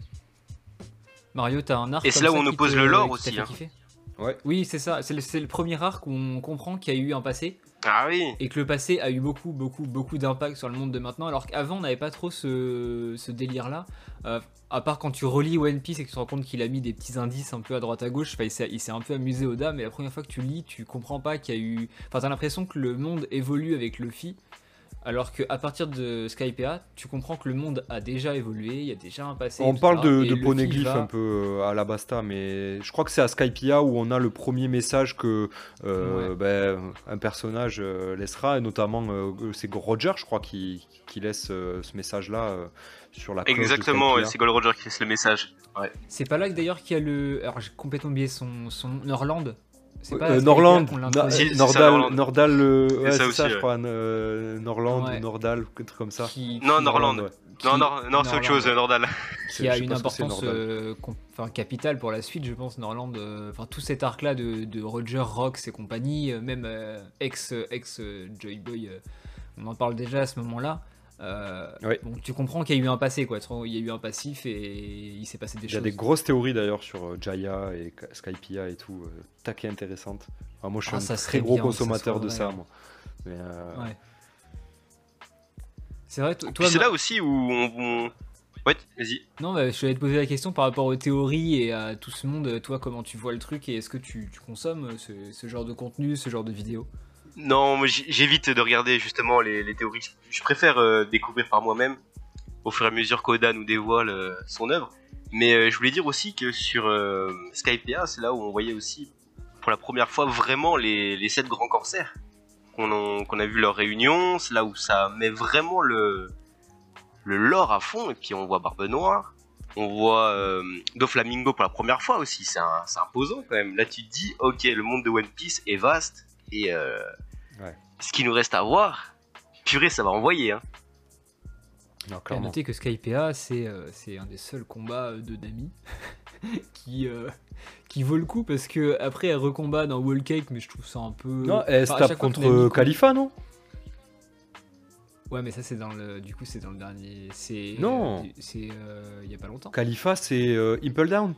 Mario, t'as un arc Et c'est comme là où ça on qui oppose te- le lore qui t'a aussi, fait hein. kiffer Ouais. Oui, c'est ça. C'est le, c'est le premier arc où on comprend qu'il y a eu un passé Ah oui. et que le passé a eu beaucoup, beaucoup, beaucoup d'impact sur le monde de maintenant, alors qu'avant on n'avait pas trop ce, ce délire-là. Euh, à part quand tu relis One Piece et que tu te rends compte qu'il a mis des petits indices un peu à droite à gauche, enfin, il s'est il s'est un peu amusé Oda, mais la première fois que tu lis, tu comprends pas qu'il y a eu. Enfin, t'as l'impression que le monde évolue avec Luffy, alors qu'à partir de Skypiea, tu comprends que le monde a déjà évolué, il y a déjà un passé. On et parle cetera. de, Et de Luffy poneglyph va- un peu euh, à Alabasta, mais je crois que c'est à Skypiea où on a le premier message que euh, Ouais. ben, un personnage euh, laissera, et notamment euh, c'est Roger, je crois, qui, qui laisse euh, ce message-là euh, sur la cloche de Exactement, ouais, Skypiea. c'est Gold Roger qui laisse le message. Ouais. C'est pas là que d'ailleurs qu'il y a le. Alors j'ai complètement oublié son, son nom. Norland. C'est pas à Euh, Skypiea Norland, qu'on Na- l'introduit. Si, c'est ça, Nordal, Norland. Nordal, euh, C'est ouais, ça c'est aussi, ça, je ouais. crois, euh, Norland Ouais. ou Nordal, quelque chose comme ça. Qui, Non, qui- Norland. ouais. qui- Non, non, non, c'est autre Norland, chose, ouais. Nordal. C'est- Qui a je sais une pas ce que c'est, importance Nordal. euh, com- enfin, capitale pour la suite, je pense, Norland. euh, Enfin, tout cet arc-là de, de Roger, Rox et compagnie, euh, même euh, ex, ex euh, Joy Boy, euh, on en parle déjà à ce moment-là. Euh, Ouais. Donc tu comprends qu'il y a eu un passé, quoi. Il y a eu un passif et il s'est passé des Il y a choses. des grosses théories d'ailleurs sur euh, Jaya et Ka- Skypiea et tout, euh, taquet intéressante. Ah, moi je suis Ah, un ça très serait gros bien que ça consommateur soit de vrai, ça, hein. moi. Mais, euh, Ouais. C'est vrai, to- Puis toi, c'est Ma- là aussi où on. on- Ouais, vas-y. Non, bah, je vais te poser la question par rapport aux théories et à tout ce monde. Toi, comment tu vois le truc et est-ce que tu, tu consommes ce, ce genre de contenu, ce genre de vidéos? Non, moi, j- j'évite de regarder justement les, les théories. Je préfère euh, découvrir par moi-même au fur et à mesure qu'Oda nous dévoile euh, son œuvre. Mais euh, je voulais dire aussi que sur euh, Skypiea, c'est là où on voyait aussi pour la première fois vraiment les, les sept grands corsaires. Qu'on en- qu'on a vu leur réunion, c'est là où ça met vraiment le, le lore à fond. Et puis on voit Barbe Noire, on voit euh, Doflamingo pour la première fois aussi. C'est un- c'est imposant quand même. Là tu te dis, ok, le monde de One Piece est vaste et euh, Ouais. ce qu'il nous reste à voir, purée, ça va envoyer. Hein. non, À clairement. noter que Skypiea, c'est euh, c'est un des seuls combats euh, de Nami qui, euh, qui vaut le coup parce que après elle recombat dans Whole Cake, mais je trouve ça un peu. Non, elle se Enfin, à tape chaque fois que contre Nami euh, combat- Khalifa, non? Ouais, mais ça c'est dans le. Du coup, c'est dans le dernier. C'est. Non. euh, C'est. euh, Il y a pas longtemps. Khalifa, c'est euh, Impel Down.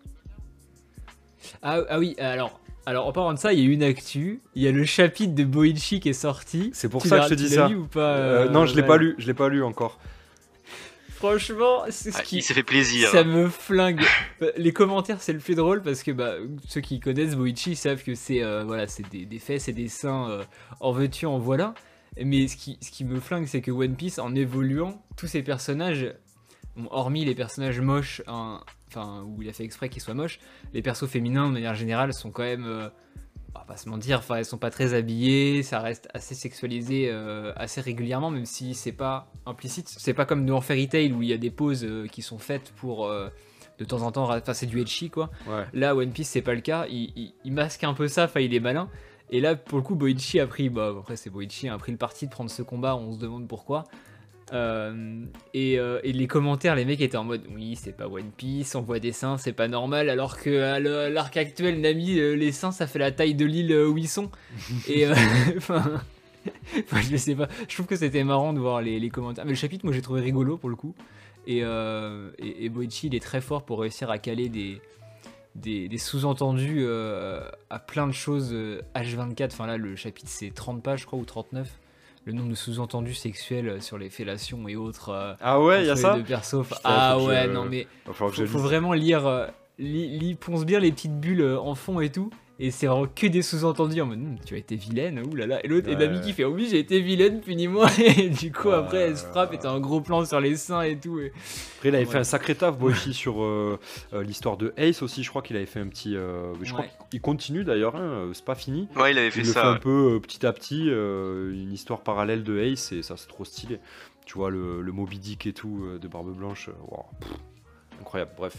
Ah, ah oui, alors. Alors, en parlant de ça, il y a une actu. Il y a le chapitre de Boichi qui est sorti. C'est pour Tu ça que l'as- je te dis tu l'as ça. lu ou pas Euh, euh, non, je l'ai ouais. pas lu, je l'ai pas lu encore. Franchement, c'est ce Ah, qui. il s'est fait plaisir. Ça hein. me flingue. Les commentaires, c'est le plus drôle parce que bah, ceux qui connaissent Boichi savent que c'est euh, voilà, c'est des, des fesses et des seins euh, en veux-tu, en voilà. Mais ce qui, ce qui me flingue, c'est que One Piece, en évoluant, tous ces personnages, bon, hormis les personnages moches, hein, enfin, où il a fait exprès qu'ils soient moches, les persos féminins, de manière générale, sont quand même. Euh, on va pas se mentir, enfin, elles sont pas très habillées, ça reste assez sexualisé euh, assez régulièrement, même si c'est pas implicite. C'est pas comme dans Fairy Tail où il y a des poses euh, qui sont faites pour euh, de temps en temps, ra- enfin c'est du ecchi quoi. Ouais. Là, One Piece c'est pas le cas, il, il- il masque un peu ça, enfin il est malin. Et là, pour le coup, Boichi a pris, bah après c'est Boichi, a pris le parti de prendre ce combat, on se demande pourquoi. Euh, et, euh, et les commentaires, les mecs étaient en mode oui, c'est pas One Piece, on voit des seins, c'est pas normal, alors que à le- l'arc actuel, Nami, euh, les seins ça fait la taille de l'île euh, où ils sont. Et euh, enfin, enfin, je sais pas, je trouve que c'était marrant de voir les, les commentaires. Mais le chapitre, moi j'ai trouvé rigolo pour le coup. Et, euh, et, et Boichi, il est très fort pour réussir à caler des, des, des sous-entendus euh, à plein de choses euh, H vingt-quatre. Enfin là, le chapitre c'est trente pages, je crois, ou trente-neuf. Le nombre de sous-entendus sexuels sur les fellations et autres. euh, Ah ouais, il y a entre ça. les deux persos. Enfin, Putain, ah faut que ouais, je- non mais Va falloir que faut, je faut lise. vraiment lire. euh, li- li- ponce bien les petites bulles euh, en fond et tout. Et c'est vraiment que des sous-entendus en mode Hm, tu as été vilaine, oulala. Et l'autre, et Ouais. Namiki fait oui, j'ai été vilaine, punis-moi. Et du coup, Ouais, après, elle se frappe ouais, et t'as un gros plan sur les seins et tout. Et... Après, il avait Ouais. fait un sacré taf, Boichi, sur euh, euh, l'histoire de Ace aussi. Je crois qu'il avait fait un petit. euh, je crois Ouais. qu'il continue d'ailleurs, hein, c'est pas fini. Ouais, il avait fait Il le fait ça. un ouais. peu euh, petit à petit, euh, une histoire parallèle de Ace, et ça, c'est trop stylé. Tu vois, le, le Moby Dick et tout euh, de Barbe Blanche, euh, wow, pff, incroyable, bref.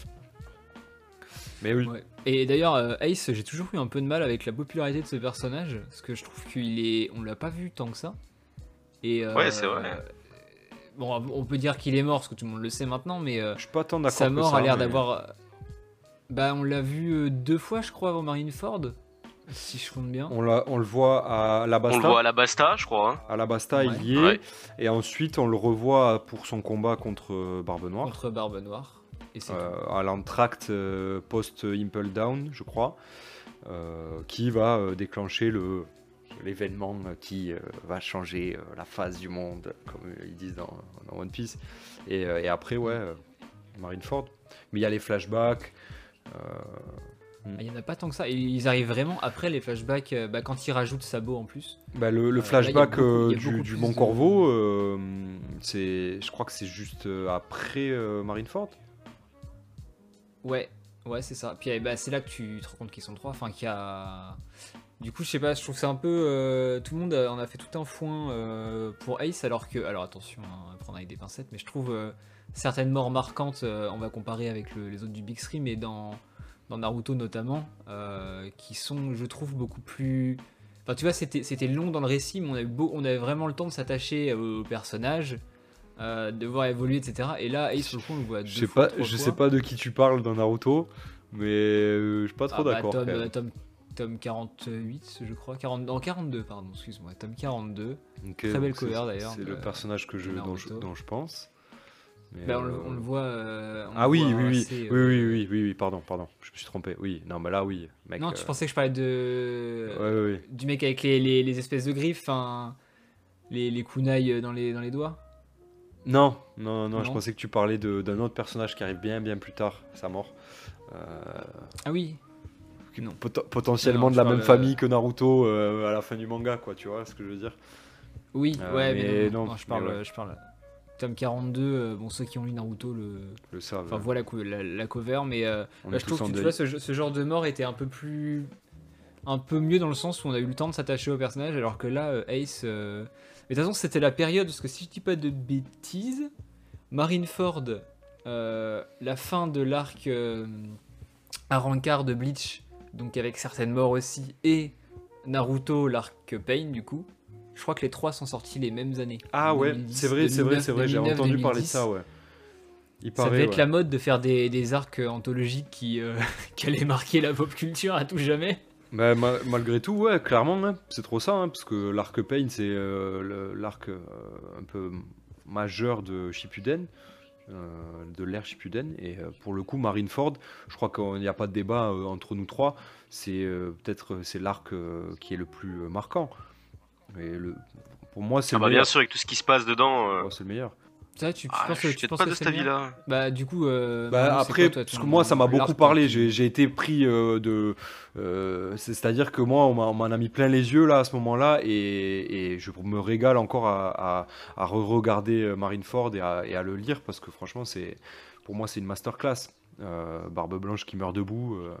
Mais oui, Ouais. Et d'ailleurs, euh, Ace, j'ai toujours eu un peu de mal avec la popularité de ce personnage, parce que je trouve qu'il est, on l'a pas vu tant que ça. Et euh, Ouais, c'est vrai. Bon, on peut dire qu'il est mort, parce que tout le monde le sait maintenant, mais euh, je suis pas tant d'accord sa que mort ça. a l'air mais- d'avoir. Bah, on l'a vu euh, deux fois, je crois, avant Marineford, si je compte bien. On, l'a- on le voit à la On Basta. le voit à la Basta, je crois. hein. À la Basta, Ouais. il y est. Ouais. Et ensuite, on le revoit pour son combat contre euh, Barbe Noire. Contre Barbe Noire. Et c'est euh, à l'entracte euh, post-Impel Down, je crois, euh, qui va euh, déclencher le, l'événement qui euh, va changer euh, la face du monde, comme euh, ils disent dans, dans One Piece. Et, euh, et après, ouais, euh, Marineford. Mais il y a les flashbacks. euh, Ah, il y en a pas tant que ça. Et ils arrivent vraiment après les flashbacks, euh, bah, quand ils rajoutent Sabo en plus. bah, le, le Euh, flashback là, il y a beaucoup- euh, il y a du, beaucoup du plus Mont de- Corvo, euh, c'est, je crois que c'est juste euh, après euh, Marineford. Ouais, ouais, c'est ça. Puis eh bah, c'est là que tu te rends compte qu'ils sont trois. Enfin, qu'il y a. Du coup, je sais pas, je trouve que c'est un peu. euh, tout le monde a- en a fait tout un foin euh, pour Ace, alors que. Alors attention, hein, à prendre avec des pincettes, mais je trouve euh, certaines morts marquantes, euh, on va comparer avec le- les autres du Big Three, mais dans, dans Naruto notamment, euh, qui sont, je trouve, beaucoup plus. Enfin, tu vois, c'était c'était long dans le récit, mais on avait, beau, on avait vraiment le temps de s'attacher au personnage, euh, de voir évoluer, et cetera. Et là, Ace, sur le coup, on le voit deux Je sais fois, pas, trois je fois. sais pas de qui tu parles dans Naruto, mais euh, je suis pas trop Ah bah, d'accord. tome, quand même. euh, tome, tome quarante-huit, je crois. quarante, non, quarante-deux, pardon, excuse-moi. Tome quarante-deux. Ok, très belle donc c'est- cover, d'ailleurs, C'est de- le personnage que je, de dont, je, Naruto. dont je pense. Mais, Bah, on, le, euh, on le voit. euh, on Ah le oui, voit oui, oui, assez, oui, euh, oui, oui, oui, oui, pardon, pardon, je me suis trompé. Oui, non, mais là, oui, mec. Non, euh, tu pensais que je parlais de. Ouais, ouais, ouais. Du mec avec les, les, les espèces de griffes, enfin. Les, les kunai dans les, dans les doigts. Non, non, non, je Non. pensais que tu parlais de- d'un autre personnage qui arrive bien, bien plus tard, sa mort. Euh, Ah oui. qui- Non. pot- potentiellement Non, non, de je la parle, même euh, famille que Naruto euh, à la fin du manga, quoi, tu vois ce que je veux dire. Oui, Euh, ouais, mais, mais non, non, non, non, je parle. mais ouais. Je parle. Tome quarante-deux, euh, bon, ceux qui ont lu Naruto le. Le savent. Enfin, voilà la, co- la, la cover, mais euh, On bah, est je tous trouve en que tu deuil. vois, ce, ce genre de mort était un peu plus. Un peu mieux dans le sens où on a eu le temps de s'attacher au personnage, alors que là, euh, Ace. euh, Mais de toute façon, c'était la période, parce que si je dis pas de bêtises, Marineford, euh, la fin de l'arc euh, Arrancar de Bleach, donc avec certaines morts aussi, et Naruto, l'arc Pain, du coup. Je crois que les trois sont sortis les mêmes années. Ah en ouais, deux mille dix, c'est vrai, c'est vrai, c'est vrai, j'ai deux mille neuf, entendu parler de deux mille dix. ça, ouais. Il Ça paraît, devait être ouais. la mode de faire des, des arcs euh, anthologiques qui, euh, qui allaient marquer la pop culture à tout jamais. Bah, ma- malgré tout, ouais, clairement, hein, c'est trop ça, hein, parce que l'arc Pain, c'est euh, le- l'arc euh, un peu majeur de Shippuden, euh, de l'ère Shippuden, et euh, pour le coup, Marineford, je crois qu'il n'y a pas de débat euh, entre nous trois, c'est euh, peut-être euh, c'est l'arc euh, qui est le plus euh, marquant. Et le, pour moi, c'est Ah le bah bien meilleur. sûr, avec tout ce qui se passe dedans. euh, Pour moi, c'est le meilleur. Ça, tu, tu Ah, penses, je suis tu peut-être penses pas que de c'est cet le meilleur avis-là. Bah du coup, euh, Bah, Manu, c'est après, quoi, toi, parce ton- que moi, ça m'a beaucoup l'arc parlé. qui- J'ai j'ai été pris euh, de. euh, c'est- C'est-à-dire que moi, on m'a- on m'en a mis plein les yeux là à ce moment-là, et, et je me régale encore à, à, à re-regarder euh, Marineford et à, et à le lire parce que franchement, c'est pour moi, c'est une masterclass. Euh, Barbe Blanche qui meurt debout, euh,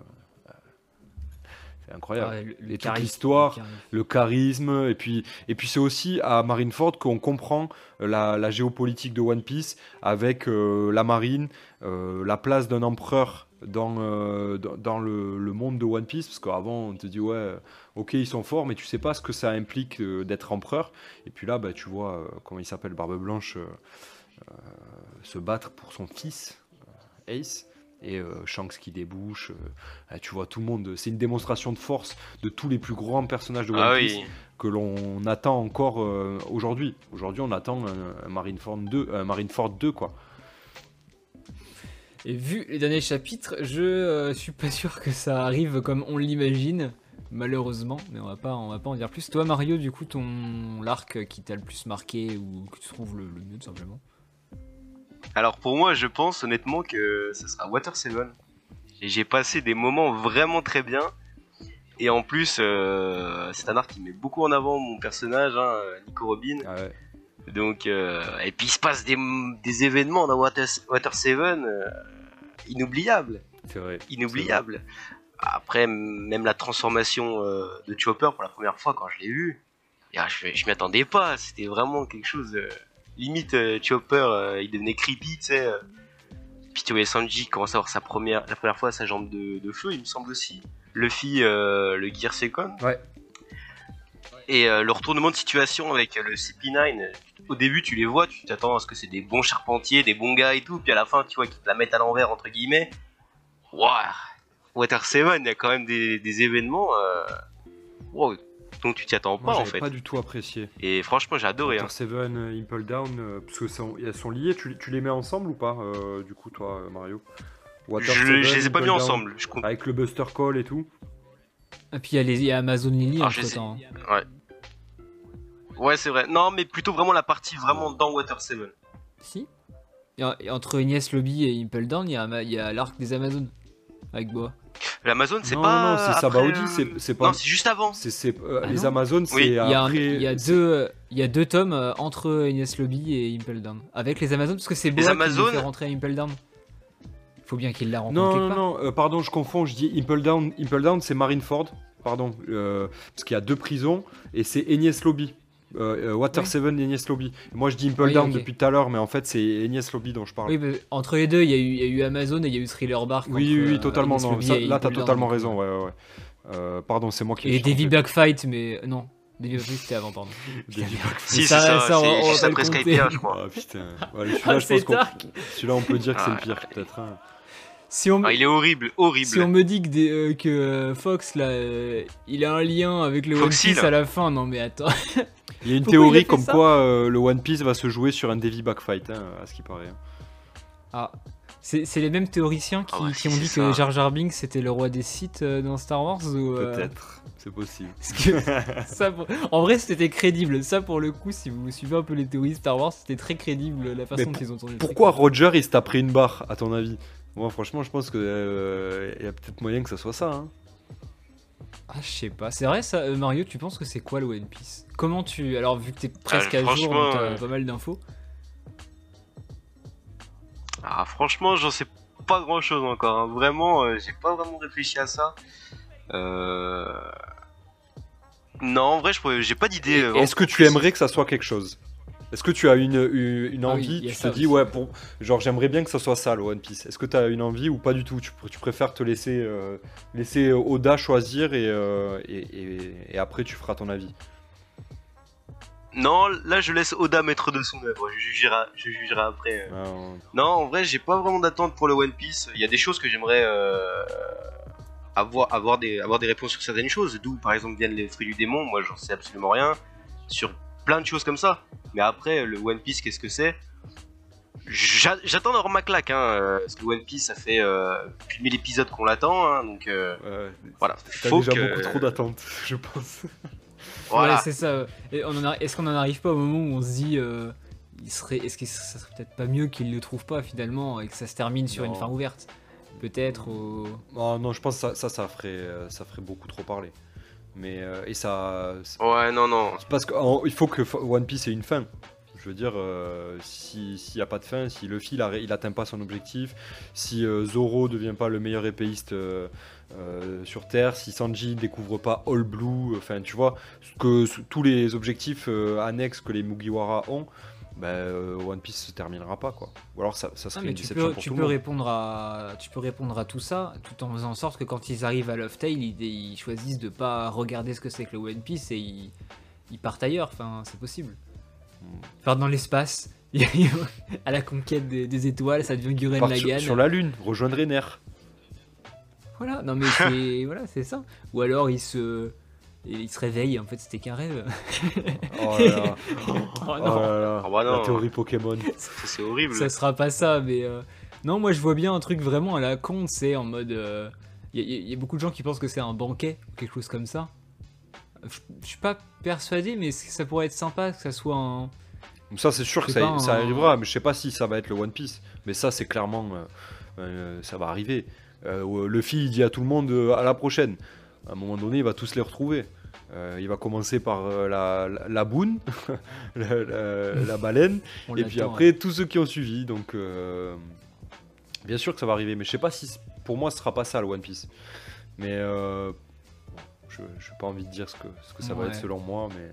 c'est incroyable. Ah, le- le Et toute charisme, l'histoire, le charisme. Le charisme, et puis, et puis c'est aussi à Marineford qu'on comprend la, la géopolitique de One Piece avec euh, la marine, euh, la place d'un empereur dans, euh, dans, dans le, le monde de One Piece, parce qu'avant on te dit ouais, euh, ok ils sont forts, mais tu sais pas ce que ça implique euh, d'être empereur, et puis là bah, tu vois euh, comment il s'appelle, Barbe Blanche, euh, euh, se battre pour son fils, euh, Ace. Et euh, Shanks qui débouche, euh, tu vois tout le monde, c'est une démonstration de force de tous les plus grands personnages de One Ah Piece oui. que l'on attend encore euh, aujourd'hui. Aujourd'hui, on attend un, un Marineford deux, un Marineford deux quoi. Et vu les derniers chapitres, je euh, suis pas sûr que ça arrive comme on l'imagine, malheureusement, mais on va pas, on va pas en dire plus. Toi, Mario, du coup, ton l'arc qui t'a le plus marqué ou que tu trouves le, le mieux, tout simplement. Alors pour moi, je pense honnêtement que ce sera Water seven. Et j'ai passé des moments vraiment très bien. Et en plus, euh, c'est un arc qui met beaucoup en avant mon personnage, hein, Nico Robin. Ah ouais. Donc, euh, et puis il se passe des, des événements dans Water, Water seven euh, inoubliables. C'est vrai. Inoubliables. Après, même la transformation euh, de Chopper pour la première fois quand je l'ai vu, ah, je, je m'y attendais pas. C'était vraiment quelque chose. Euh, limite, euh, Chopper, euh, il devenait creepy, tu sais. Euh. Puis tu voyais Sanji commence à avoir sa première, la première fois sa jambe de, de feu, il me semble aussi. Luffy, euh, le Gear Second. Ouais. Et euh, le retournement de situation avec euh, le C P neuf, euh, au début tu les vois, tu t'attends à ce que c'est des bons charpentiers, des bons gars et tout, puis à la fin tu vois qu'ils te la mettent à l'envers entre guillemets. Waouh, Water seven, il y a quand même des, des événements euh... wow. Donc tu t'y attends pas. Moi, en fait. Pas du tout apprécié. Et franchement j'ai adoré. Water seven, hein. Impel Down, euh, parce que sont, elles sont liées, tu, tu les mets ensemble ou pas, euh, du coup toi Mario? Water je, seven, je les ai pas mis Down, ensemble. Je compte... Avec le Buster Call et tout. Et puis il y a, les, il y a Amazon Lily en fait. Hein. Ouais. Ouais, c'est vrai. Non, mais plutôt vraiment la partie vraiment dans Water seven. Si. Et entre Enies Lobby et Impel Down, il y a, y a l'arc des Amazones avec Boa. L'Amazon, c'est non, pas. Non, c'est Sabaody, euh... c'est pas. Non, c'est juste avant. C'est, c'est, euh, ah les non Amazones, c'est oui. après. Il y a deux, il y a deux tomes euh, entre Enies Lobby et Impel Down. Avec les Amazones, parce que c'est Boa Amazones... qui fait rentrer Impel Down. Faut bien qu'il la rencontre non, quelque non, part. Non, non, euh, pardon, je confonds, je dis Impel Down. Impel Down, c'est Marineford, pardon. Euh, parce qu'il y a deux prisons, et c'est Enies Lobby. Euh, Water oui. seven, Enies Lobby. Moi je dis Impel oui, Down okay. depuis tout à l'heure, mais en fait c'est Enies Lobby dont je parle. Oui, bah, entre les deux, il y, y a eu Amazon et il y a eu Thriller Bark. Oui, entre, oui, oui, totalement. Euh, non. Ça, là, t'as totalement raison. Ouais, ouais, ouais. Euh, pardon, c'est moi qui. Et Davy Backfight, mais non. Davy Backfight c'était avant, pardon. Davy Backfight. Si, c'est ça, ça, c'est juste après Skypiea, je crois. Ah putain. Ouais, celui-là, ah, je pense qu'on... celui-là, on peut dire que c'est le pire, peut-être. Hein. Si on... ah, il est horrible, horrible. Si on me dit que, des, euh, que euh, Fox, là, euh, il a un lien avec le Foxy, One Piece là. À la fin, non mais attends. Il y a une théorie comme ça quoi euh, le One Piece va se jouer sur un Davy Backfight, hein, à ce qui paraît. Ah, c'est, c'est les mêmes théoriciens qui, ah ouais, qui ont dit que Jar Jar Binks c'était le roi des Sith euh, dans Star Wars ou, euh... Peut-être, c'est possible. Parce que ça, pour... En vrai, c'était crédible. Ça, pour le coup, si vous suivez un peu les théories Star Wars, c'était très crédible la façon dont ils ont tourné le Pourquoi truc. Roger il se t'a pris une barre, à ton avis? Moi, franchement, je pense qu'il euh, y a peut-être moyen que ça soit ça. Hein. Ah, je sais pas. C'est vrai, ça, euh, Mario, tu penses que c'est quoi le One Piece? Comment tu. Alors, vu que t'es presque ah, à jour, donc t'as euh... pas mal d'infos. Ah, franchement, j'en sais pas grand chose encore. Hein. Vraiment, euh, j'ai pas vraiment réfléchi à ça. Euh... Non, en vrai, je, j'ai pas d'idée. Euh, Est-ce que tu aimerais que ça soit quelque chose? Est-ce que tu as une, une, une envie, ah oui, tu te dis, aussi. Ouais, pour, genre j'aimerais bien que ça soit ça le One Piece. Est-ce que tu as une envie ou pas du tout? tu, tu préfères te laisser, euh, laisser Oda choisir et, euh, et, et, et après tu feras ton avis? Non, là je laisse Oda maître de son œuvre, je jugerai, je jugerai après. Ah, ouais. Non, en vrai, j'ai pas vraiment d'attente pour le One Piece. Il y a des choses que j'aimerais euh, avoir, avoir, des, avoir des réponses sur certaines choses, d'où par exemple viennent les fruits du démon. Moi j'en sais absolument rien. Sur plein de choses comme ça. Mais après, le One Piece, qu'est-ce que c'est? J'a- J'attends d'avoir ma claque, hein, parce que le One Piece, ça fait euh, plus de mille épisodes qu'on l'attend, hein, donc euh, ouais, voilà. T'as déjà que... beaucoup trop d'attentes, je pense. Voilà, ouais, c'est ça. Et on en a... Est-ce qu'on n'en arrive pas au moment où on se dit, euh, il serait... est-ce que ça serait peut-être pas mieux qu'il le trouve pas finalement et que ça se termine sur non. une fin ouverte? Peut-être au... oh, non, je pense que ça, ça, ça, ferait, ça ferait beaucoup trop parler. Mais euh, et ça. Ouais, non, non. Parce qu'il faut que One Piece ait une fin. Je veux dire, euh, s'il si n'y a pas de fin, si Luffy il, a, il atteint pas son objectif, si euh, Zoro devient pas le meilleur épéiste euh, euh, sur Terre, si Sanji découvre pas All Blue, enfin tu vois, que tous les objectifs euh, annexes que les Mugiwara ont, bah, euh, One Piece se terminera pas quoi. Ou alors ça, ça serait ah, une déception peux, pour tu tout peux le monde. Répondre à, tu peux répondre à tout ça tout en faisant en sorte que quand ils arrivent à Love Tale, ils, ils choisissent de pas regarder ce que c'est que le One Piece et ils, ils partent ailleurs. Enfin, c'est possible. Faire dans l'espace, à la conquête des, des étoiles, ça devient Gurren Lagann. Sur, sur la Lune, rejoindre Ener. Voilà, non mais c'est voilà, c'est ça. Ou alors ils se Et il se réveille, en fait c'était qu'un rêve. Oh là là. Oh non. Oh là là. Oh bah non. La théorie Pokémon. C'est horrible. Ça sera pas ça, mais euh... non, moi je vois bien un truc vraiment à la con, c'est en mode. Il euh... y, y, y a beaucoup de gens qui pensent que c'est un banquet ou quelque chose comme ça. Je, je suis pas persuadé, mais ça pourrait être sympa que ça soit un. Ça c'est sûr que ça, un... ça arrivera, mais je sais pas si ça va être le One Piece. Mais ça c'est clairement, euh, euh, ça va arriver. Euh, Luffy il dit à tout le monde euh, à la prochaine. à un moment donné, il va tous les retrouver. Euh, il va commencer par euh, la, la, la boune, la, la, la baleine, On et puis l'attend, après ouais. tous ceux qui ont suivi. Donc, euh, bien sûr que ça va arriver, mais je sais pas si, pour moi, ce sera pas ça le One Piece. Mais euh, bon, je n'ai pas envie de dire ce que, ce que ça va Ouais. être selon moi, mais.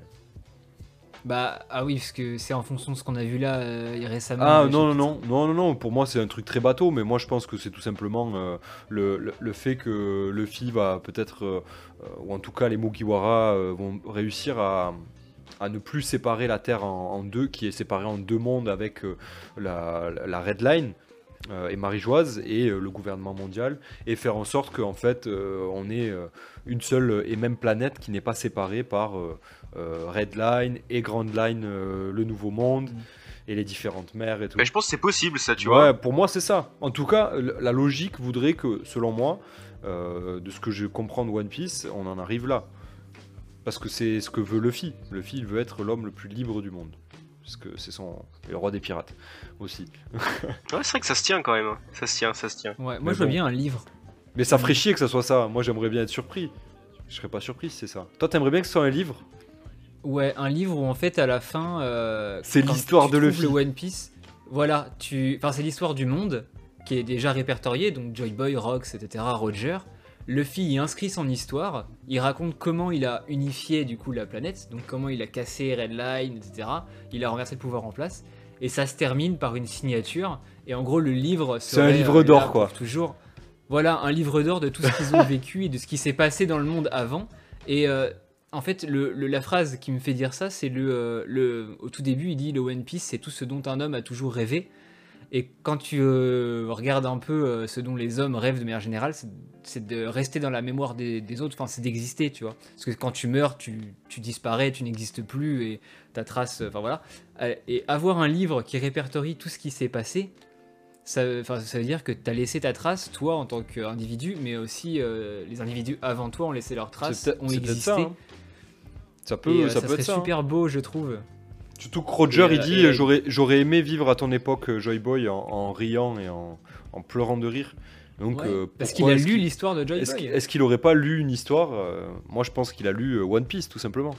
Bah, ah oui, parce que c'est en fonction de ce qu'on a vu là euh, récemment. Ah dans les non, non, chapitres. non, non, non, non, pour moi c'est un truc très bateau, mais moi je pense que c'est tout simplement euh, le, le, le fait que Luffy va peut-être, euh, euh, ou en tout cas les Mugiwara euh, vont réussir à, à ne plus séparer la Terre en, en deux, qui est séparée en deux mondes avec euh, la, la Red Line euh, et Marie-Joise et euh, le gouvernement mondial, et faire en sorte qu'en fait euh, on ait euh, une seule et même planète qui n'est pas séparée par euh, euh, Red Line et Grand Line, euh, le Nouveau Monde. Mm. Et les différentes mers et tout. Mais je pense que c'est possible ça, tu ouais, vois. pour moi c'est ça. En tout cas, l- la logique voudrait que, selon moi, euh, de ce que je comprends de One Piece, on en arrive là. Parce que c'est ce que veut Luffy. Luffy, il veut être l'homme le plus libre du monde. Parce que c'est son... et le roi des pirates aussi. Ouais, c'est vrai que ça se tient quand même. hein. Ça se tient, ça se tient. Ouais, moi Mais je veux bon. bien un livre. Mais ça ferait chier que ça soit ça. Moi j'aimerais bien être surpris. Je serais pas surpris si c'est ça. Toi t'aimerais bien que ce soit un livre? Ouais, un livre où en fait à la fin. euh, C'est quand l'histoire tu de trouves Luffy. Le One Piece. Voilà, tu. Enfin, c'est l'histoire du monde qui est déjà répertoriée, donc Joy Boy, Rox, et cetera, Roger. Luffy y inscrit son histoire, il raconte comment il a unifié du coup la planète, donc comment il a cassé Red Line, et cetera. Il a renversé le pouvoir en place, et ça se termine par une signature. Et en gros, le livre C'est un serait, livre euh, d'or, là quoi. pour toujours. Voilà, un livre d'or de tout ce qu'ils ont vécu et de ce qui s'est passé dans le monde avant. Et euh, en fait, le, le- la phrase qui me fait dire ça, c'est le, euh, le. Au tout début, il dit le One Piece, c'est tout ce dont un homme a toujours rêvé. Et quand tu euh, regardes un peu euh, ce dont les hommes rêvent de manière générale, c'est, c'est de rester dans la mémoire des, des autres, enfin c'est d'exister, tu vois. Parce que quand tu meurs, tu, tu disparais, tu n'existes plus et ta trace, enfin voilà. Euh, Et avoir un livre qui répertorie tout ce qui s'est passé, ça, enfin, ça veut dire que tu as laissé ta trace, toi en tant qu'individu, mais aussi euh, les individus avant toi ont laissé leur C'est trace, peut-être ont c'est peut-être existé. ça. hein. Ça Et peut, euh, ça ça, peut serait être ça. hein. super beau, je trouve. Surtout que Roger, Et, euh, il dit et, euh, j'aurais, j'aurais aimé vivre à ton époque, euh, Joy Boy, en, en riant et en, en pleurant de rire. Donc, Ouais, euh, parce qu'il pourquoi a est-ce lu qu'il- l'histoire de Joy Est-ce Boy. qu'il, est-ce qu'il aurait pas lu une histoire euh, Moi, je pense qu'il a lu euh, One Piece, tout simplement.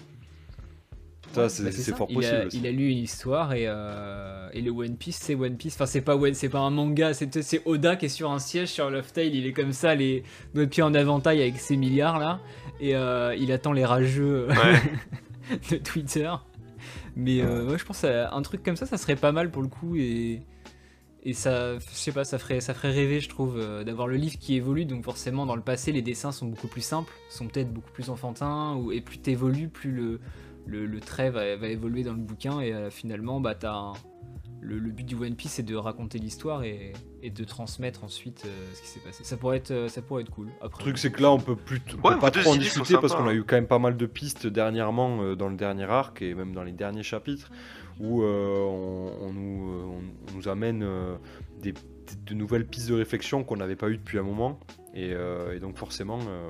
Ça, Ouais, c'est, bah, c'est ça. fort il possible. A, aussi. il a lu une histoire et, euh, et le One Piece, c'est One Piece. Enfin, c'est pas, One- c'est pas un manga, c'est, c'est Oda qui est sur un siège sur Love Tale. Il est comme ça, les doigts de pied en éventail avec ses milliards là. Et euh, il attend les rageux euh, Ouais. de Twitter. Mais euh, ouais, je pense qu'un truc comme ça, ça serait pas mal pour le coup. Et, et ça, je sais pas, ça ferait, ça ferait rêver, je trouve, euh, d'avoir le livre qui évolue. Donc forcément, dans le passé, les dessins sont beaucoup plus simples, sont peut-être beaucoup plus enfantins. Ou, et plus t'évolues, plus le, le, le trait va, va évoluer dans le bouquin. Et euh, finalement, bah, t'as un- le, le but du One Piece, c'est de raconter l'histoire et, et de transmettre ensuite euh, ce qui s'est passé. Ça pourrait être, euh, ça pourrait être cool. Après, Le truc, c'est que là, on peut, plus t- on Ouais, peut pas vos deux trop en idées sont discuter parce sympas, qu'on a hein. eu quand même pas mal de pistes dernièrement euh, dans le dernier arc et même dans les derniers chapitres où euh, on, on nous, euh, on- on nous amène euh, des, de nouvelles pistes de réflexion qu'on n'avait pas eues depuis un moment. Et, euh, et donc, forcément, euh,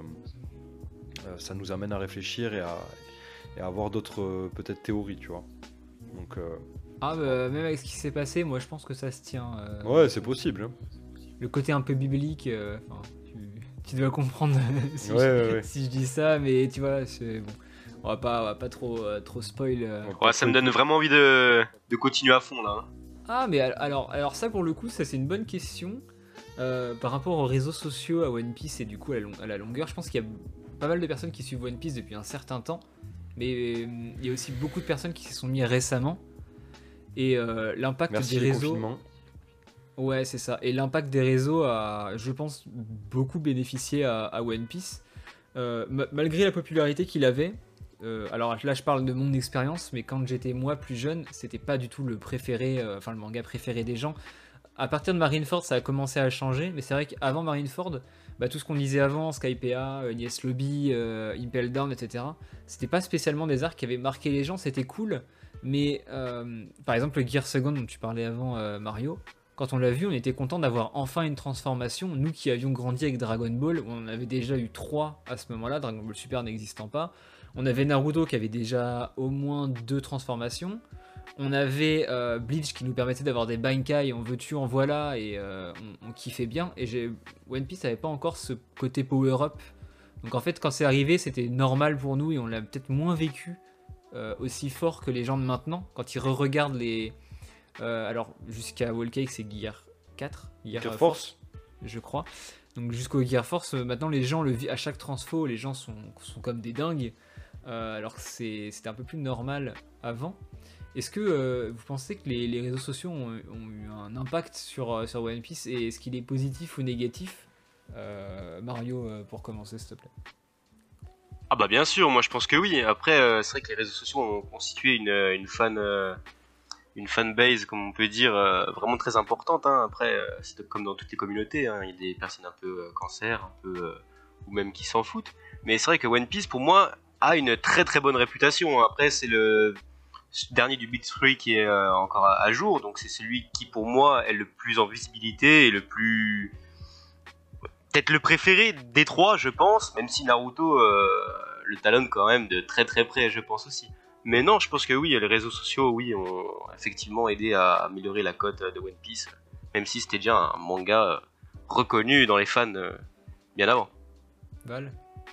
euh, ça nous amène à réfléchir et à, et à avoir d'autres euh, peut-être théories, tu vois. Donc, euh, Ah, bah, même avec ce qui s'est passé, moi je pense que ça se tient. euh, ouais, c'est possible. hein. Le côté un peu biblique, euh, enfin, tu, tu dois comprendre si, Ouais, je, ouais, ouais. si je dis ça, mais tu vois, c'est bon. On va pas, on va pas trop, euh, trop spoil. euh. Donc, Ouais, ça me donne vraiment envie de, de continuer à fond là. hein. Ah, mais al- alors, alors ça pour le coup, ça c'est une bonne question. Euh, par rapport aux réseaux sociaux, à One Piece et du coup à la, long- à la longueur, je pense qu'il y a pas mal de personnes qui suivent One Piece depuis un certain temps, mais euh, il y a aussi beaucoup de personnes qui se sont mis récemment. Et euh, l'impact Merci des les réseaux. confinements. Ouais, c'est ça. Et l'impact des réseaux a, je pense, beaucoup bénéficié à, à One Piece. Euh, ma- malgré la popularité qu'il avait, euh, alors là je parle de mon expérience, mais quand j'étais moi plus jeune, c'était pas du tout le préféré, euh, enfin le manga préféré des gens. À partir de Marineford, ça a commencé à changer, mais c'est vrai qu'avant Marineford, bah, tout ce qu'on disait avant, Skypiea, euh, Nies Lobby, euh, Impel Down, et cetera, c'était pas spécialement des arcs qui avaient marqué les gens, c'était cool, mais euh, par exemple le Gear Second dont tu parlais avant, euh, Mario, quand on l'a vu, on était content d'avoir enfin une transformation. Nous qui avions grandi avec Dragon Ball, où on en avait déjà eu trois à ce moment-là, Dragon Ball Super n'existant pas. On avait Naruto qui avait déjà au moins deux transformations. On avait euh, Bleach qui nous permettait d'avoir des Bankai, en veux-tu, en voilà, et euh, on, on kiffait bien. Et j'ai... One Piece n'avait pas encore ce côté power-up Donc en fait, quand c'est arrivé, c'était normal pour nous et on l'a peut-être moins vécu euh, aussi fort que les gens de maintenant. Quand ils re-regardent les... Euh, alors, jusqu'à Whole Cake, c'est Gear quatre, Gear, Gear Force, Force. je crois. Donc jusqu'au Gear Force, euh, maintenant, les gens, le vi- à chaque transfo, les gens sont, sont comme des dingues. Euh, alors que c'est- c'était un peu plus normal avant. Est-ce que euh, vous pensez que les, les réseaux sociaux ont, ont eu un impact sur, euh, sur One Piece et est-ce qu'il est positif ou négatif? Euh, Mario, euh, pour commencer, s'il te plaît. Ah bah bien sûr, moi je pense que oui. Après, euh, c'est vrai que les réseaux sociaux ont constitué une, euh, une fan, euh, une fanbase, comme on peut dire, euh, vraiment très importante. Hein. Après, euh, c'est comme dans toutes les communautés, hein. Il y a des personnes un peu euh, cancer, un peu euh, ou même qui s'en foutent. Mais c'est vrai que One Piece, pour moi, a une très très bonne réputation. Après, c'est le dernier du Big Three qui est euh, encore à, à jour, donc c'est celui qui, pour moi, est le plus en visibilité et le plus peut-être le préféré des trois, je pense, même si Naruto euh, le talonne quand même de très très près, je pense aussi. Mais non, je pense que oui, les réseaux sociaux, oui, ont effectivement aidé à améliorer la cote de One Piece, même si c'était déjà un manga reconnu dans les fans euh, bien avant. Val?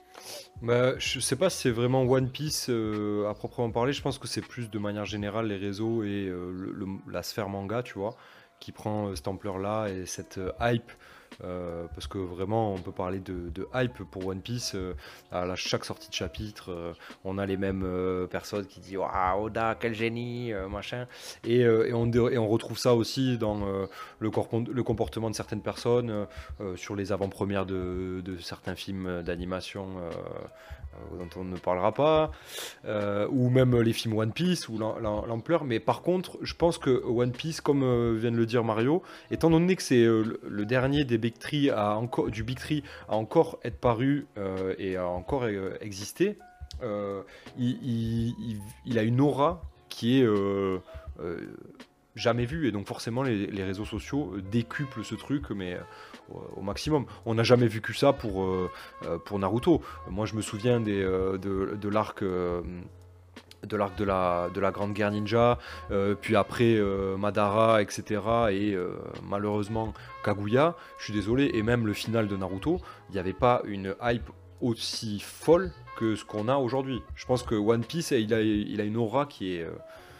Bah, je sais pas si c'est vraiment One Piece euh, à proprement parler, je pense que c'est plus de manière générale les réseaux et euh, le- le- la sphère manga, tu vois, qui prend euh, cette ampleur-là et cette euh, hype. Euh, parce que vraiment, on peut parler de, de hype pour One Piece. Euh, à la- chaque sortie de chapitre, euh, on a les mêmes euh, personnes qui disent waouh, Oda, quel génie, euh, machin. Et, euh, et, on, et on retrouve ça aussi dans euh, le, corpon- le comportement de certaines personnes, euh, euh, sur les avant-premières de, de certains films d'animation euh, euh, dont on ne parlera pas, euh, ou même les films One Piece ou l'am- l'am- l'ampleur. Mais par contre, je pense que One Piece, comme euh, vient de le dire Mario, étant donné que c'est euh, le, le dernier des Big Three à encore, du Big Three à encore être paru euh, et à encore euh, exister, euh, il, il- il- il a une aura qui est euh, euh, jamais vue. Et donc forcément, les, les réseaux sociaux euh, décuplent ce truc, mais euh, au maximum. On n'a jamais vu que ça pour, euh, euh, pour Naruto. Moi, je me souviens des, euh, de, de l'arc... euh, de l'arc de la, de la Grande Guerre Ninja, euh, puis après euh, Madara, et cetera. Et euh, malheureusement Kaguya, je suis désolé, et même le final de Naruto, il n'y avait pas une hype aussi folle que ce qu'on a aujourd'hui. Je pense que One Piece, il a, il a une aura qui est, euh,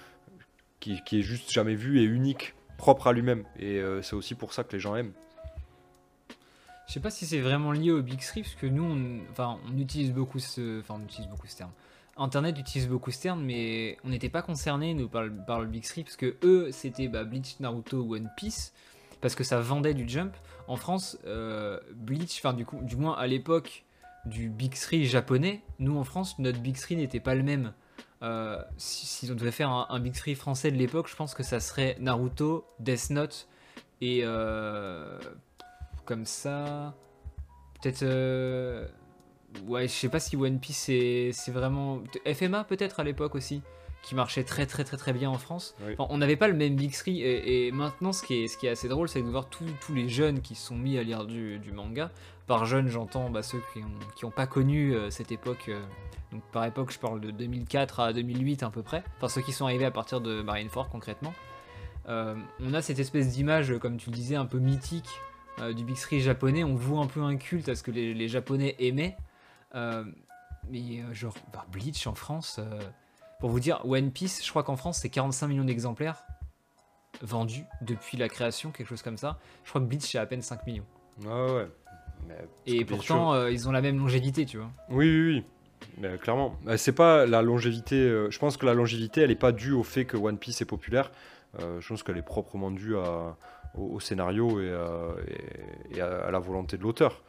qui, qui est juste jamais vue et unique, propre à lui-même. Et euh, c'est aussi pour ça que les gens aiment. Je sais pas si c'est vraiment lié au Big Three, parce que nous, on, enfin, on utilise beaucoup ce, enfin, on utilise beaucoup ce terme. Internet utilise beaucoup ce terme, mais on n'était pas concernés nous par le, par le Big Three, parce que eux, c'était bah, Bleach, Naruto, One Piece, parce que ça vendait du Jump. En France, euh, Bleach, enfin du coup, du moins à l'époque du Big Three japonais, nous en France, notre Big Three n'était pas le même. Euh, si, si on devait faire un, un Big Three français de l'époque, je pense que ça serait Naruto, Death Note et euh, comme ça, peut-être. Euh, ouais, je sais pas si One Piece c'est c'est vraiment. F M A peut-être à l'époque aussi, qui marchait très très très très bien en France. Oui. Enfin, on n'avait pas le même Big Three et, et maintenant ce qui est, ce qui est assez drôle, c'est de voir tous tous les jeunes qui se sont mis à lire du, du manga. Par jeunes, j'entends bah, ceux qui ont, qui ont pas connu euh, cette époque. euh, donc par époque, je parle de deux mille quatre à deux mille huit à peu près. Enfin, ceux qui sont arrivés à partir de Marineford concrètement. Euh, on a cette espèce d'image, comme tu le disais, un peu mythique euh, du Big Three japonais. On voue un peu un culte à ce que les, les Japonais aimaient. Euh, mais euh, genre, bah, Bleach en France, euh, pour vous dire, One Piece, je crois qu'en France c'est quarante-cinq millions d'exemplaires vendus depuis la création, quelque chose comme ça. Je crois que Bleach c'est à peine cinq millions. Ouais, ouais. Mais, Et pourtant, euh, ils ont la même longévité, tu vois. Oui, oui, oui. Mais clairement. Euh, C'est pas la longévité. euh, je pense que la longévité, elle est pas due au fait que One Piece est populaire. Euh, je pense qu'elle est proprement due à, au, au scénario et, à, et- et à- à la volonté de l'auteur.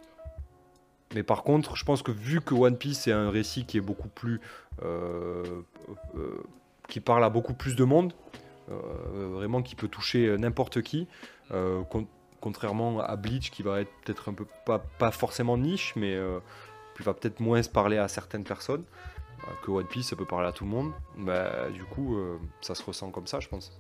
Mais par contre, je pense que vu que One Piece est un récit qui est beaucoup plus. euh, euh, qui parle à beaucoup plus de monde, euh, vraiment qui peut toucher n'importe qui, euh, con- contrairement à Bleach qui va être peut-être un peu. Pas, pas forcément niche, mais. euh, qui va peut-être moins se parler à certaines personnes, euh, que One Piece ça peut parler à tout le monde. Bah, du coup, euh, ça se ressent comme ça, je pense.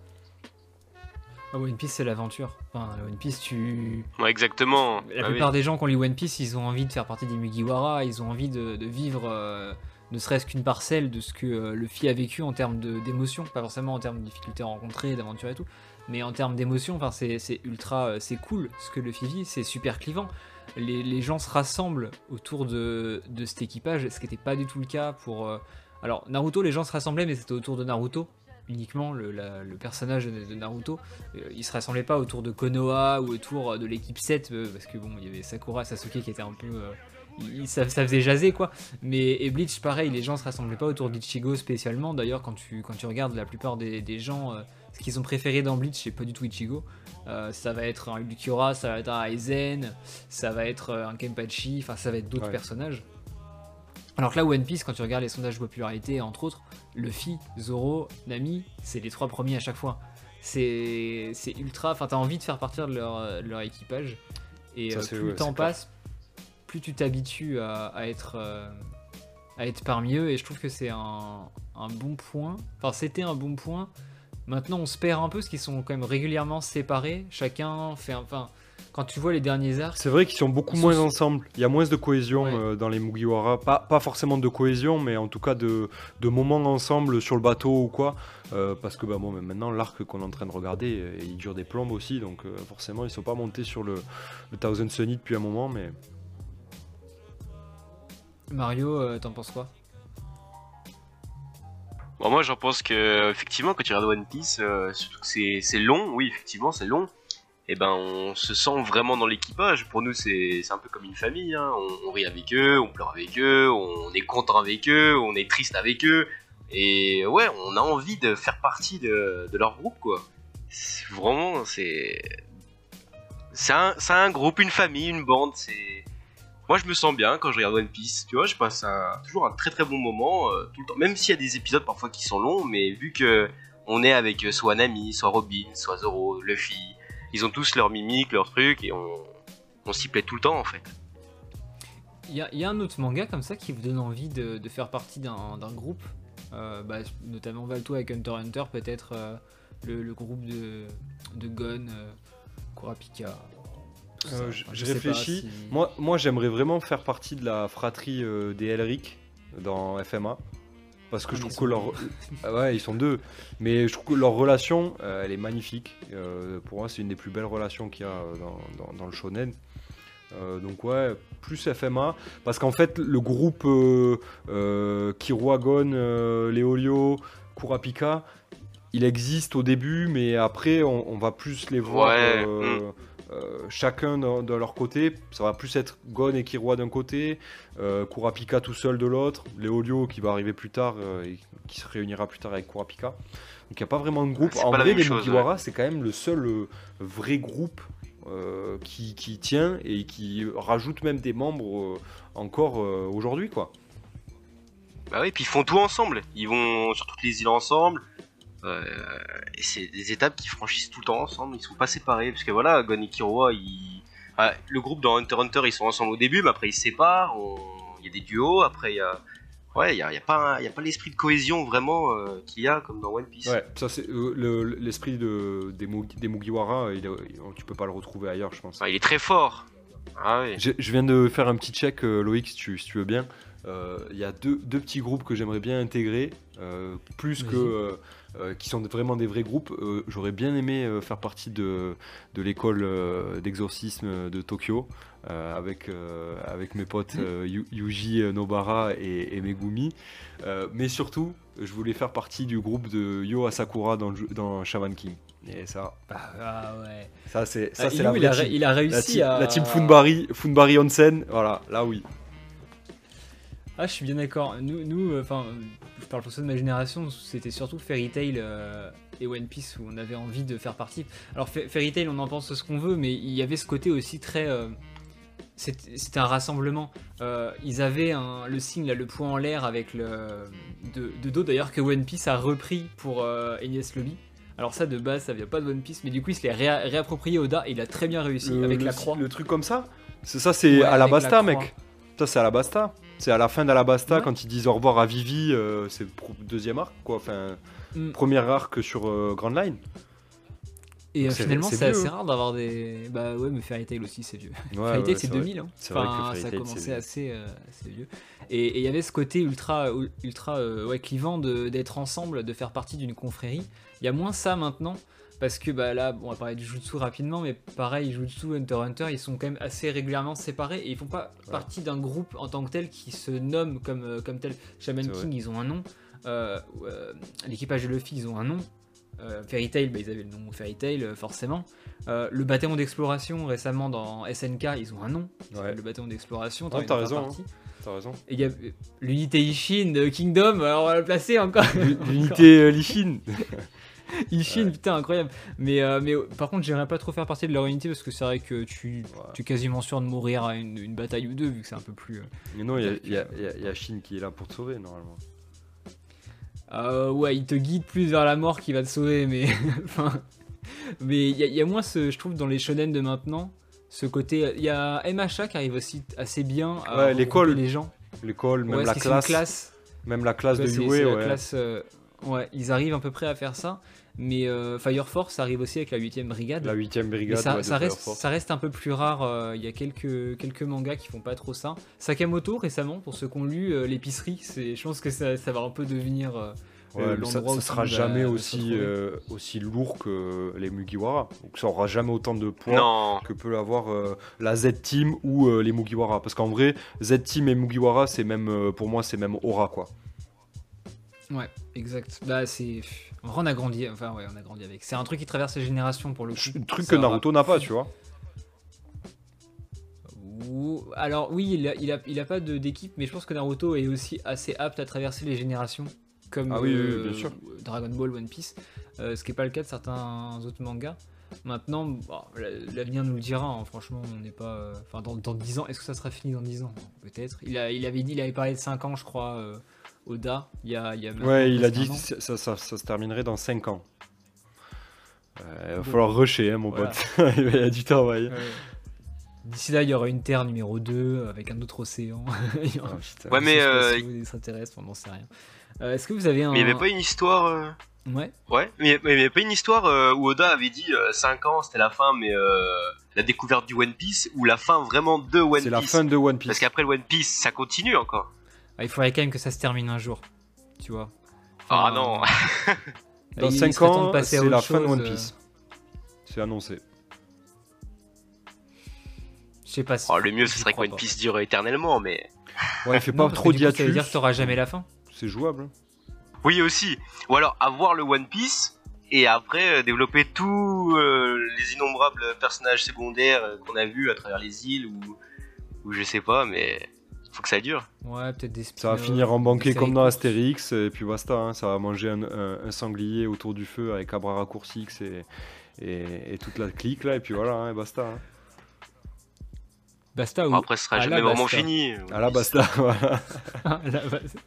Ah, One Piece c'est l'aventure. Enfin, One Piece, tu. Ouais, exactement. La Ah oui. plupart des gens qui ont lu One Piece, ils ont envie de faire partie des Mugiwara, ils ont envie de, de vivre euh, ne serait-ce qu'une parcelle de ce que euh, Luffy a vécu en termes de- d'émotion, pas forcément en termes de difficultés rencontrées, d'aventure et tout, mais en termes d'émotion, enfin, c'est c'est ultra, euh, c'est cool ce que Luffy vit, c'est super clivant. les, les gens se rassemblent autour de, de cet équipage, ce qui n'était pas du tout le cas pour... Euh, alors Naruto, les gens se rassemblaient, mais c'était autour de Naruto, uniquement le, la, le personnage de, de Naruto. Euh, ils se rassemblaient pas autour de Konoha ou autour de l'équipe sept, euh, parce que bon, il y avait Sakura, Sasuke qui était un peu... Euh, il, ça, ça faisait jaser quoi. Mais et Bleach, pareil, les gens se rassemblaient pas autour d'Ichigo spécialement. D'ailleurs, quand tu, quand tu regardes la plupart des, des gens, euh, ce qu'ils ont préféré dans Bleach, c'est pas du tout Ichigo. Euh, ça va être un Ulquiorra, ça va être un Aizen, ça va être un Kenpachi, enfin ça va être d'autres ouais. personnages. Alors que là, One Piece, quand tu regardes les sondages de popularité, entre autres, Luffy, Zoro, Nami, c'est les trois premiers à chaque fois. C'est, c'est ultra, enfin t'as envie de faire partir de leur, de leur équipage. Et ça, euh, plus ouais, le temps passe, plus tu t'habitues à, à, être, euh, à être parmi eux. Et je trouve que c'est un, un bon point. Enfin, c'était un bon point. Maintenant, on se perd un peu parce qu'ils sont quand même régulièrement séparés. Chacun fait un... Enfin, quand tu vois les derniers arcs... C'est vrai qu'ils sont beaucoup moins sont... ensemble. Il y a moins de cohésion ouais. euh, dans les Mugiwara. Pas, pas forcément de cohésion, mais en tout cas de, de moments ensemble sur le bateau ou quoi. Euh, parce que bah, bon, maintenant, l'arc qu'on est en train de regarder, euh, il dure des plombes aussi. Donc euh, forcément, ils ne sont pas montés sur le, le Thousand Sunny depuis un moment. Mais... Mario, euh, t'en penses quoi ? Bon, moi j'en pense que effectivement quand tu regardes One Piece, euh, surtout que c'est, c'est long, oui effectivement c'est long, et ben on se sent vraiment dans l'équipage. Pour nous c'est, c'est un peu comme une famille, hein. on, on rit avec eux, on pleure avec eux, on est content avec eux, on est triste avec eux, et ouais on a envie de faire partie de, de leur groupe quoi. C'est, vraiment c'est... C'est un, c'est un groupe, une famille, une bande, c'est... Moi je me sens bien quand je regarde One Piece, tu vois, je passe un, toujours un très très bon moment, euh, tout le temps, même s'il y a des épisodes parfois qui sont longs, mais vu que on est avec euh, soit Nami, soit Robin, soit Zoro, Luffy, ils ont tous leur mimique, leur truc, et on, on s'y plaît tout le temps en fait. Il y, y a un autre manga comme ça qui vous donne envie de, de faire partie d'un, d'un groupe, euh, bah, notamment Valto avec Hunter x Hunter, peut-être euh, le, le groupe de, de Gon, euh, Kurapika... Euh, je, je réfléchis. Si... Moi, moi, j'aimerais vraiment faire partie de la fratrie euh, des Elric dans F M A. Parce que ah, je trouve que leur. ah ouais, ils sont deux. Mais je trouve que leur relation, euh, elle est magnifique. Euh, pour moi, c'est une des plus belles relations qu'il y a dans, dans, dans le shonen. Euh, donc, ouais, plus F M A. Parce qu'en fait, le groupe euh, euh, Kiruagon, euh, Leolio, Kurapika, il existe au début, mais après, on, on va plus les voir. Ouais. Euh, mmh. Euh, chacun de, de leur côté, ça va plus être Gon et Killua d'un côté, euh, Kurapika tout seul de l'autre, Leolio qui va arriver plus tard euh, et qui se réunira plus tard avec Kurapika. Donc il n'y a pas vraiment de groupe. C'est en vrai, les chose, Mugiwara, ouais. c'est quand même le seul euh, vrai groupe euh, qui, qui tient et qui rajoute même des membres euh, encore euh, aujourd'hui, quoi. Bah oui, puis ils font tout ensemble. Ils vont sur toutes les îles ensemble. Euh, et c'est des étapes qui franchissent tout le temps ensemble, ils sont pas séparés parce que voilà, Gon et Killua, ils... ah, le groupe dans Hunter x Hunter ils sont ensemble au début, mais après ils se séparent, on... il y a des duos, après il y a, ouais, il y a, il y a pas, un... il y a pas l'esprit de cohésion vraiment euh, qu'il y a comme dans One Piece. Ouais, ça c'est euh, le, l'esprit de des, Mug... des Mugiwara, il est... tu peux pas le retrouver ailleurs, je pense. Ah, il est très fort. Ah oui. Je, je viens de faire un petit check, euh, Loïc, si tu, si tu veux bien. Il euh, y a deux, deux petits groupes que j'aimerais bien intégrer, euh, plus que euh, euh, qui sont vraiment des vrais groupes. Euh, j'aurais bien aimé euh, faire partie de, de l'école euh, d'exorcisme de Tokyo euh, avec, euh, avec mes potes euh, Yu, Yuji Nobara et, et Megumi. Euh, mais surtout, je voulais faire partie du groupe de Yo Asakura dans, dans Shaman King. Et ça, ah ouais. Ça c'est, ça, ah, c'est la vraie il, a, team. il a réussi la team, à... La team Funbari, Funbari Onsen, voilà, là oui. Ah, je suis bien d'accord. Nous, nous, enfin, euh, je parle pour ceux de ma génération, c'était surtout Fairy Tail euh, et One Piece où on avait envie de faire partie. Alors Fairy Tail, on en pense ce qu'on veut, mais il y avait ce côté aussi très, euh, c'était, c'était un rassemblement. Euh, ils avaient un, le signe là, le poing en l'air avec le de, de dos d'ailleurs que One Piece a repris pour euh, Enies Lobby. Alors ça de base, ça vient pas de One Piece, mais du coup il se l'est réa- réapproprié Oda et il a très bien réussi le, avec le, la croix. Le truc comme ça, c'est ça, c'est ouais, Alabasta, mec. Ça c'est Alabasta. C'est à la fin d'Alabasta ouais. Quand ils disent au revoir à Vivi, euh, c'est le deuxième arc, quoi. Enfin, mm. premier arc sur euh, Grand Line. Et euh, finalement, c'est, c'est assez hein. rare d'avoir des. Bah ouais, mais Fairy Tail aussi, c'est vieux. Ouais, Fairy Tail, ouais, c'est, c'est deux mille. Hein. C'est enfin, vrai que ça a Tail, commencé assez, euh, assez vieux. Et il y avait ce côté ultra, ultra euh, ouais, clivant de, d'être ensemble, de faire partie d'une confrérie. Il y a moins ça maintenant. parce que bah là, bon, on va parler du Jutsu rapidement, mais pareil, Jutsu, Hunter x Hunter, ils sont quand même assez régulièrement séparés et ils font pas ouais. partie d'un groupe en tant que tel qui se nomme comme, euh, comme tel. Shaman King, vrai. Ils ont un nom. Euh, euh, l'équipage de Luffy, ils ont un nom. Euh, Fairy Tail, bah, ils avaient le nom Fairy Tail, euh, forcément. Euh, le bataillon d'exploration, récemment dans S N K, ils ont un nom. Ouais. Le bataillon d'exploration, non, t'as raison. Hein. T'as raison. Et il y a l'unité Ishin de Kingdom, alors on va le placer encore. L'unité euh, Lishin. Ishin, ouais. Putain, incroyable. Mais, euh, mais par contre, j'aimerais pas trop faire partie de leur unité parce que c'est vrai que tu, ouais. tu es quasiment sûr de mourir à une, une bataille ou deux, vu que c'est un peu plus. Euh, mais non, il y, y, y, y a Shin qui est là pour te sauver, normalement. Euh, ouais, il te guide plus vers la mort qu'il va te sauver, mais. Enfin. Mais il y, y a moins, ce, je trouve, dans les shonen de maintenant, ce côté. Il y a M H A qui arrive aussi assez bien à ouais, l'école, les gens. L'école, même ouais, la classe, classe. Même la classe ouais, de Yue, ouais. Classe, euh, ouais, ils arrivent à peu près à faire ça. Mais euh, Fire Force ça arrive aussi avec la huitième brigade. La huitième brigade, ça, ouais, ça, reste, ça reste un peu plus rare. Il euh, y a quelques, quelques mangas qui font pas trop ça. Sakamoto, récemment, pour ceux qui ont lu, euh, l'épicerie, je pense que ça, ça va un peu devenir... Euh, ouais, ça, ça sera jamais aussi, euh, aussi lourd que les Mugiwara. Donc ça aura jamais autant de poids non. que peut avoir euh, la Z-Team ou euh, les Mugiwara. Parce qu'en vrai, Z-Team et Mugiwara, c'est même, euh, pour moi, c'est même aura, quoi. Ouais, exact. Bah, c'est... En vrai, on a grandi, enfin, ouais, on a grandi avec. C'est un truc qui traverse les générations, pour le coup. Un truc ça que Naruto n'a pas, tu vois. Alors, oui, il a, il a, il a pas de, d'équipe, mais je pense que Naruto est aussi assez apte à traverser les générations. Comme ah oui, euh, oui, bien sûr. Dragon Ball, One Piece, euh, ce qui n'est pas le cas de certains autres mangas. Maintenant, bon, l'avenir nous le dira, hein, franchement, on n'est pas... Enfin, euh, dans, dans dix ans, est-ce que ça sera fini dans dix ans? Peut-être. Il, a, il avait dit, il avait parlé de cinq ans, je crois, euh, Oda, il y a... Il y a ouais, il a dit que ça, ça, ça, ça se terminerait dans cinq ans. Euh, il va bon. falloir rusher, hein, mon voilà. pote. Il y a du travail. Ouais. D'ici là, il y aura une Terre numéro deux, avec un autre océan. Il y aura oh, ouais, mais... Euh... des extraterrestres, on n'en sait rien. Euh, Est-ce que vous avez un... Mais il n'y avait pas une histoire... Euh... Ouais. Ouais, mais il n'y avait pas une histoire euh, où Oda avait dit euh, cinq ans, c'était la fin, mais euh, la découverte du One Piece, ou la fin vraiment de One Piece. C'est la fin de One Piece. Parce qu'après le One Piece, ça continue encore. Ah, il faudrait quand même que ça se termine un jour, tu vois. Enfin, ah non. Dans cinq ans, c'est la fin de One Piece. Euh... C'est annoncé. Je sais pas si... Oh, le mieux, ce serait que One Piece dure éternellement, mais... Ouais, il fait pas non, trop d'hiatus. Ça veut dire que t'auras jamais la fin. C'est jouable. Oui, aussi. Ou alors avoir le One Piece et après euh, développer tous euh, les innombrables personnages secondaires euh, qu'on a vus à travers les îles ou, ou je sais pas, mais faut que ça dure. Ouais, peut-être des ça va finir en banquet comme dans Astérix et puis basta. Hein, ça va manger un, un, un sanglier autour du feu avec un bras raccourci et, et, et toute la clique là et puis voilà, hein, basta. Hein. Basta ou... Après, ce sera jamais vraiment basta. fini. À la basta, voilà. la basta.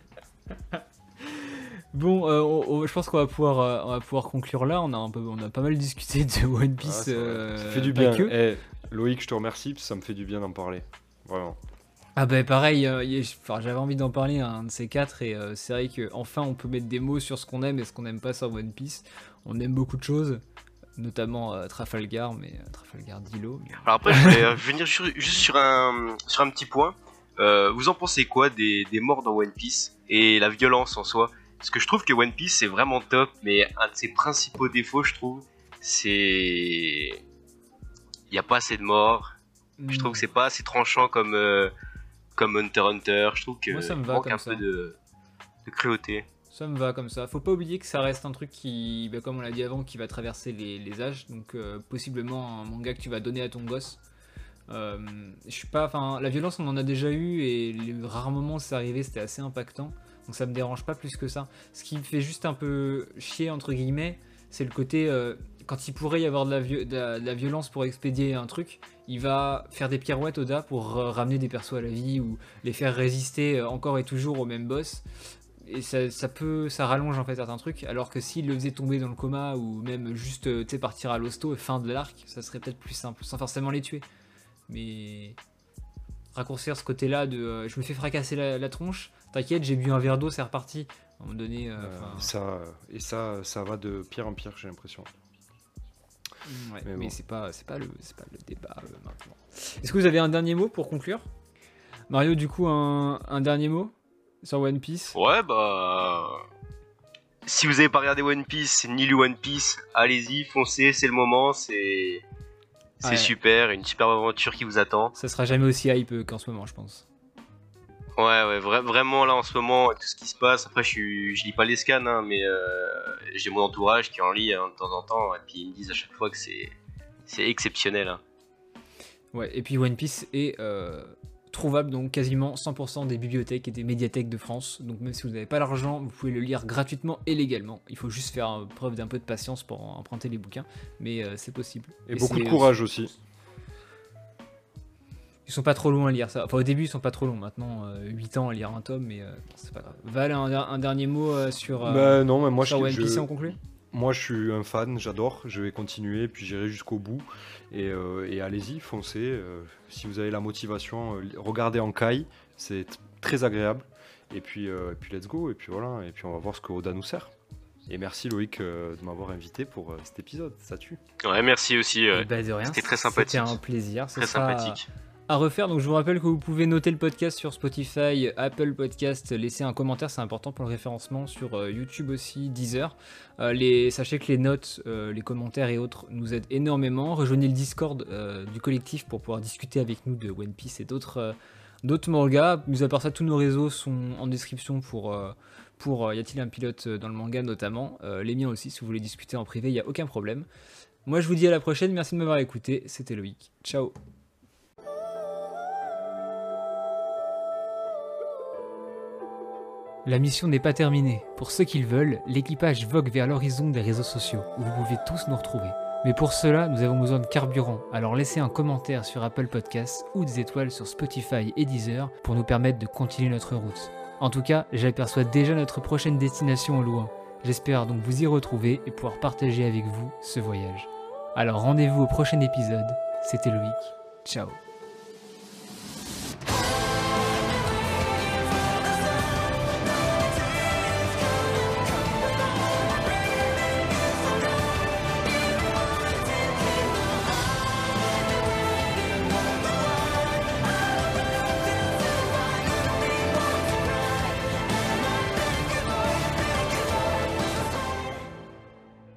Bon, euh, on, on, je pense qu'on va pouvoir, euh, on va pouvoir conclure là. On a un peu, on a pas mal discuté de One Piece. Ah, euh, ça fait du bien. Eh, Loïc, je te remercie, parce que ça me fait du bien d'en parler. Vraiment. Ah bah pareil. Euh, enfin, j'avais envie d'en parler à un de ces quatre et euh, c'est vrai que enfin on peut mettre des mots sur ce qu'on aime et ce qu'on n'aime pas sur One Piece. On aime beaucoup de choses, notamment euh, Trafalgar, mais euh, Trafalgar d'Ilo. Mais... Alors après, je voulais euh, venir sur, juste sur un, sur un petit point. Euh, vous en pensez quoi des, des morts dans One Piece et la violence en soi? Parce que je trouve que One Piece c'est vraiment top, mais un de ses principaux défauts, je trouve, c'est... Il n'y a pas assez de morts. Mmh. Je trouve que c'est pas assez tranchant comme, euh, comme Hunter x Hunter. Je trouve que moi, ça me va manque comme un ça. peu de, de cruauté. Ça me va comme ça. Faut pas oublier que ça reste un truc qui, bah, comme on l'a dit avant, qui va traverser les, les âges. Donc euh, possiblement un manga que tu vas donner à ton gosse. Euh, je suis pas, enfin, la violence on en a déjà eu et les rares moments où c'est arrivé c'était assez impactant. Donc ça me dérange pas plus que ça. Ce qui me fait juste un peu chier entre guillemets, c'est le côté euh, quand il pourrait y avoir de la, de, la, de la violence pour expédier un truc, il va faire des pirouettes Oda pour euh, ramener des persos à la vie ou les faire résister euh, encore et toujours au même boss. Et ça, ça peut, ça rallonge en fait certains trucs. Alors que s'il le faisait tomber dans le coma ou même juste euh, tu sais partir à l'hosto et fin de l'arc, ça serait peut-être plus simple, sans forcément les tuer. Mais raccourcir ce côté-là de euh, je me fais fracasser la, la tronche. T'inquiète, j'ai bu un verre d'eau, c'est reparti. À un moment donné. Euh, euh, ça, et ça, ça va de pire en pire, j'ai l'impression. Ouais, mais, mais bon. c'est pas, c'est pas le, c'est pas le débat euh, maintenant. Est-ce que vous avez un dernier mot pour conclure, Mario? Du coup, un, un dernier mot sur One Piece? Ouais, bah, si vous avez pas regardé One Piece ni lu One Piece, allez-y, foncez, c'est le moment, c'est c'est Ouais. super, une super aventure qui vous attend. Ça sera jamais aussi hype euh, qu'en ce moment, je pense. Ouais, ouais, vra- vraiment là en ce moment, tout ce qui se passe. Après, je, suis, je lis pas les scans, hein, mais euh, j'ai mon entourage qui en lit hein, de temps en temps, et puis ils me disent à chaque fois que c'est c'est exceptionnel. Hein. Ouais, et puis One Piece est euh, trouvable dans quasiment cent pour cent des bibliothèques et des médiathèques de France. Donc même si vous n'avez pas l'argent, vous pouvez le lire gratuitement et légalement. Il faut juste faire euh, preuve d'un peu de patience pour emprunter les bouquins, mais euh, c'est possible. Et beaucoup de c'est- courage aussi. Ils sont pas trop longs à lire, ça. Enfin, au début, ils sont pas trop longs. Maintenant, euh, huit ans à lire un tome, mais euh, c'est pas grave. Val, un, un dernier mot euh, sur, euh, Bah non, mais moi sur je, One je- Piece et on conclut. moi je suis un fan, j'adore, je vais continuer, puis j'irai jusqu'au bout. Et, euh, et allez-y, foncez. euh, si vous avez la motivation, euh, regardez en caille, c'est t- très agréable. Et puis, euh, et puis let's go, et puis voilà, et puis on va voir ce que Oda nous sert. Et merci Loïc euh, de m'avoir invité pour euh, cet épisode, ça tue. Ouais, merci aussi. Et Ouais. bah, de rien. C'était très sympathique. C'était un plaisir. Ce Très sera sympathique. à refaire. Donc je vous rappelle que vous pouvez noter le podcast sur Spotify, Apple Podcast, laisser un commentaire, c'est important pour le référencement, sur euh, YouTube aussi, Deezer. Euh, les, sachez que les notes, euh, les commentaires et autres nous aident énormément. Rejoignez le Discord euh, du collectif pour pouvoir discuter avec nous de One Piece et d'autres euh, d'autres mangas. Mis à part ça, tous nos réseaux sont en description pour... euh, pour euh, y a-t-il un pilote dans le manga notamment. Euh, les miens aussi, si vous voulez discuter en privé, il n'y a aucun problème. Moi je vous dis à la prochaine, merci de m'avoir écouté, c'était Loïc. Ciao. La mission n'est pas terminée. Pour ceux qui le veulent, l'équipage vogue vers l'horizon des réseaux sociaux, où vous pouvez tous nous retrouver. Mais pour cela, nous avons besoin de carburant, alors laissez un commentaire sur Apple Podcasts ou des étoiles sur Spotify et Deezer pour nous permettre de continuer notre route. En tout cas, j'aperçois déjà notre prochaine destination au loin. J'espère donc vous y retrouver et pouvoir partager avec vous ce voyage. Alors rendez-vous au prochain épisode. C'était Loïc. Ciao.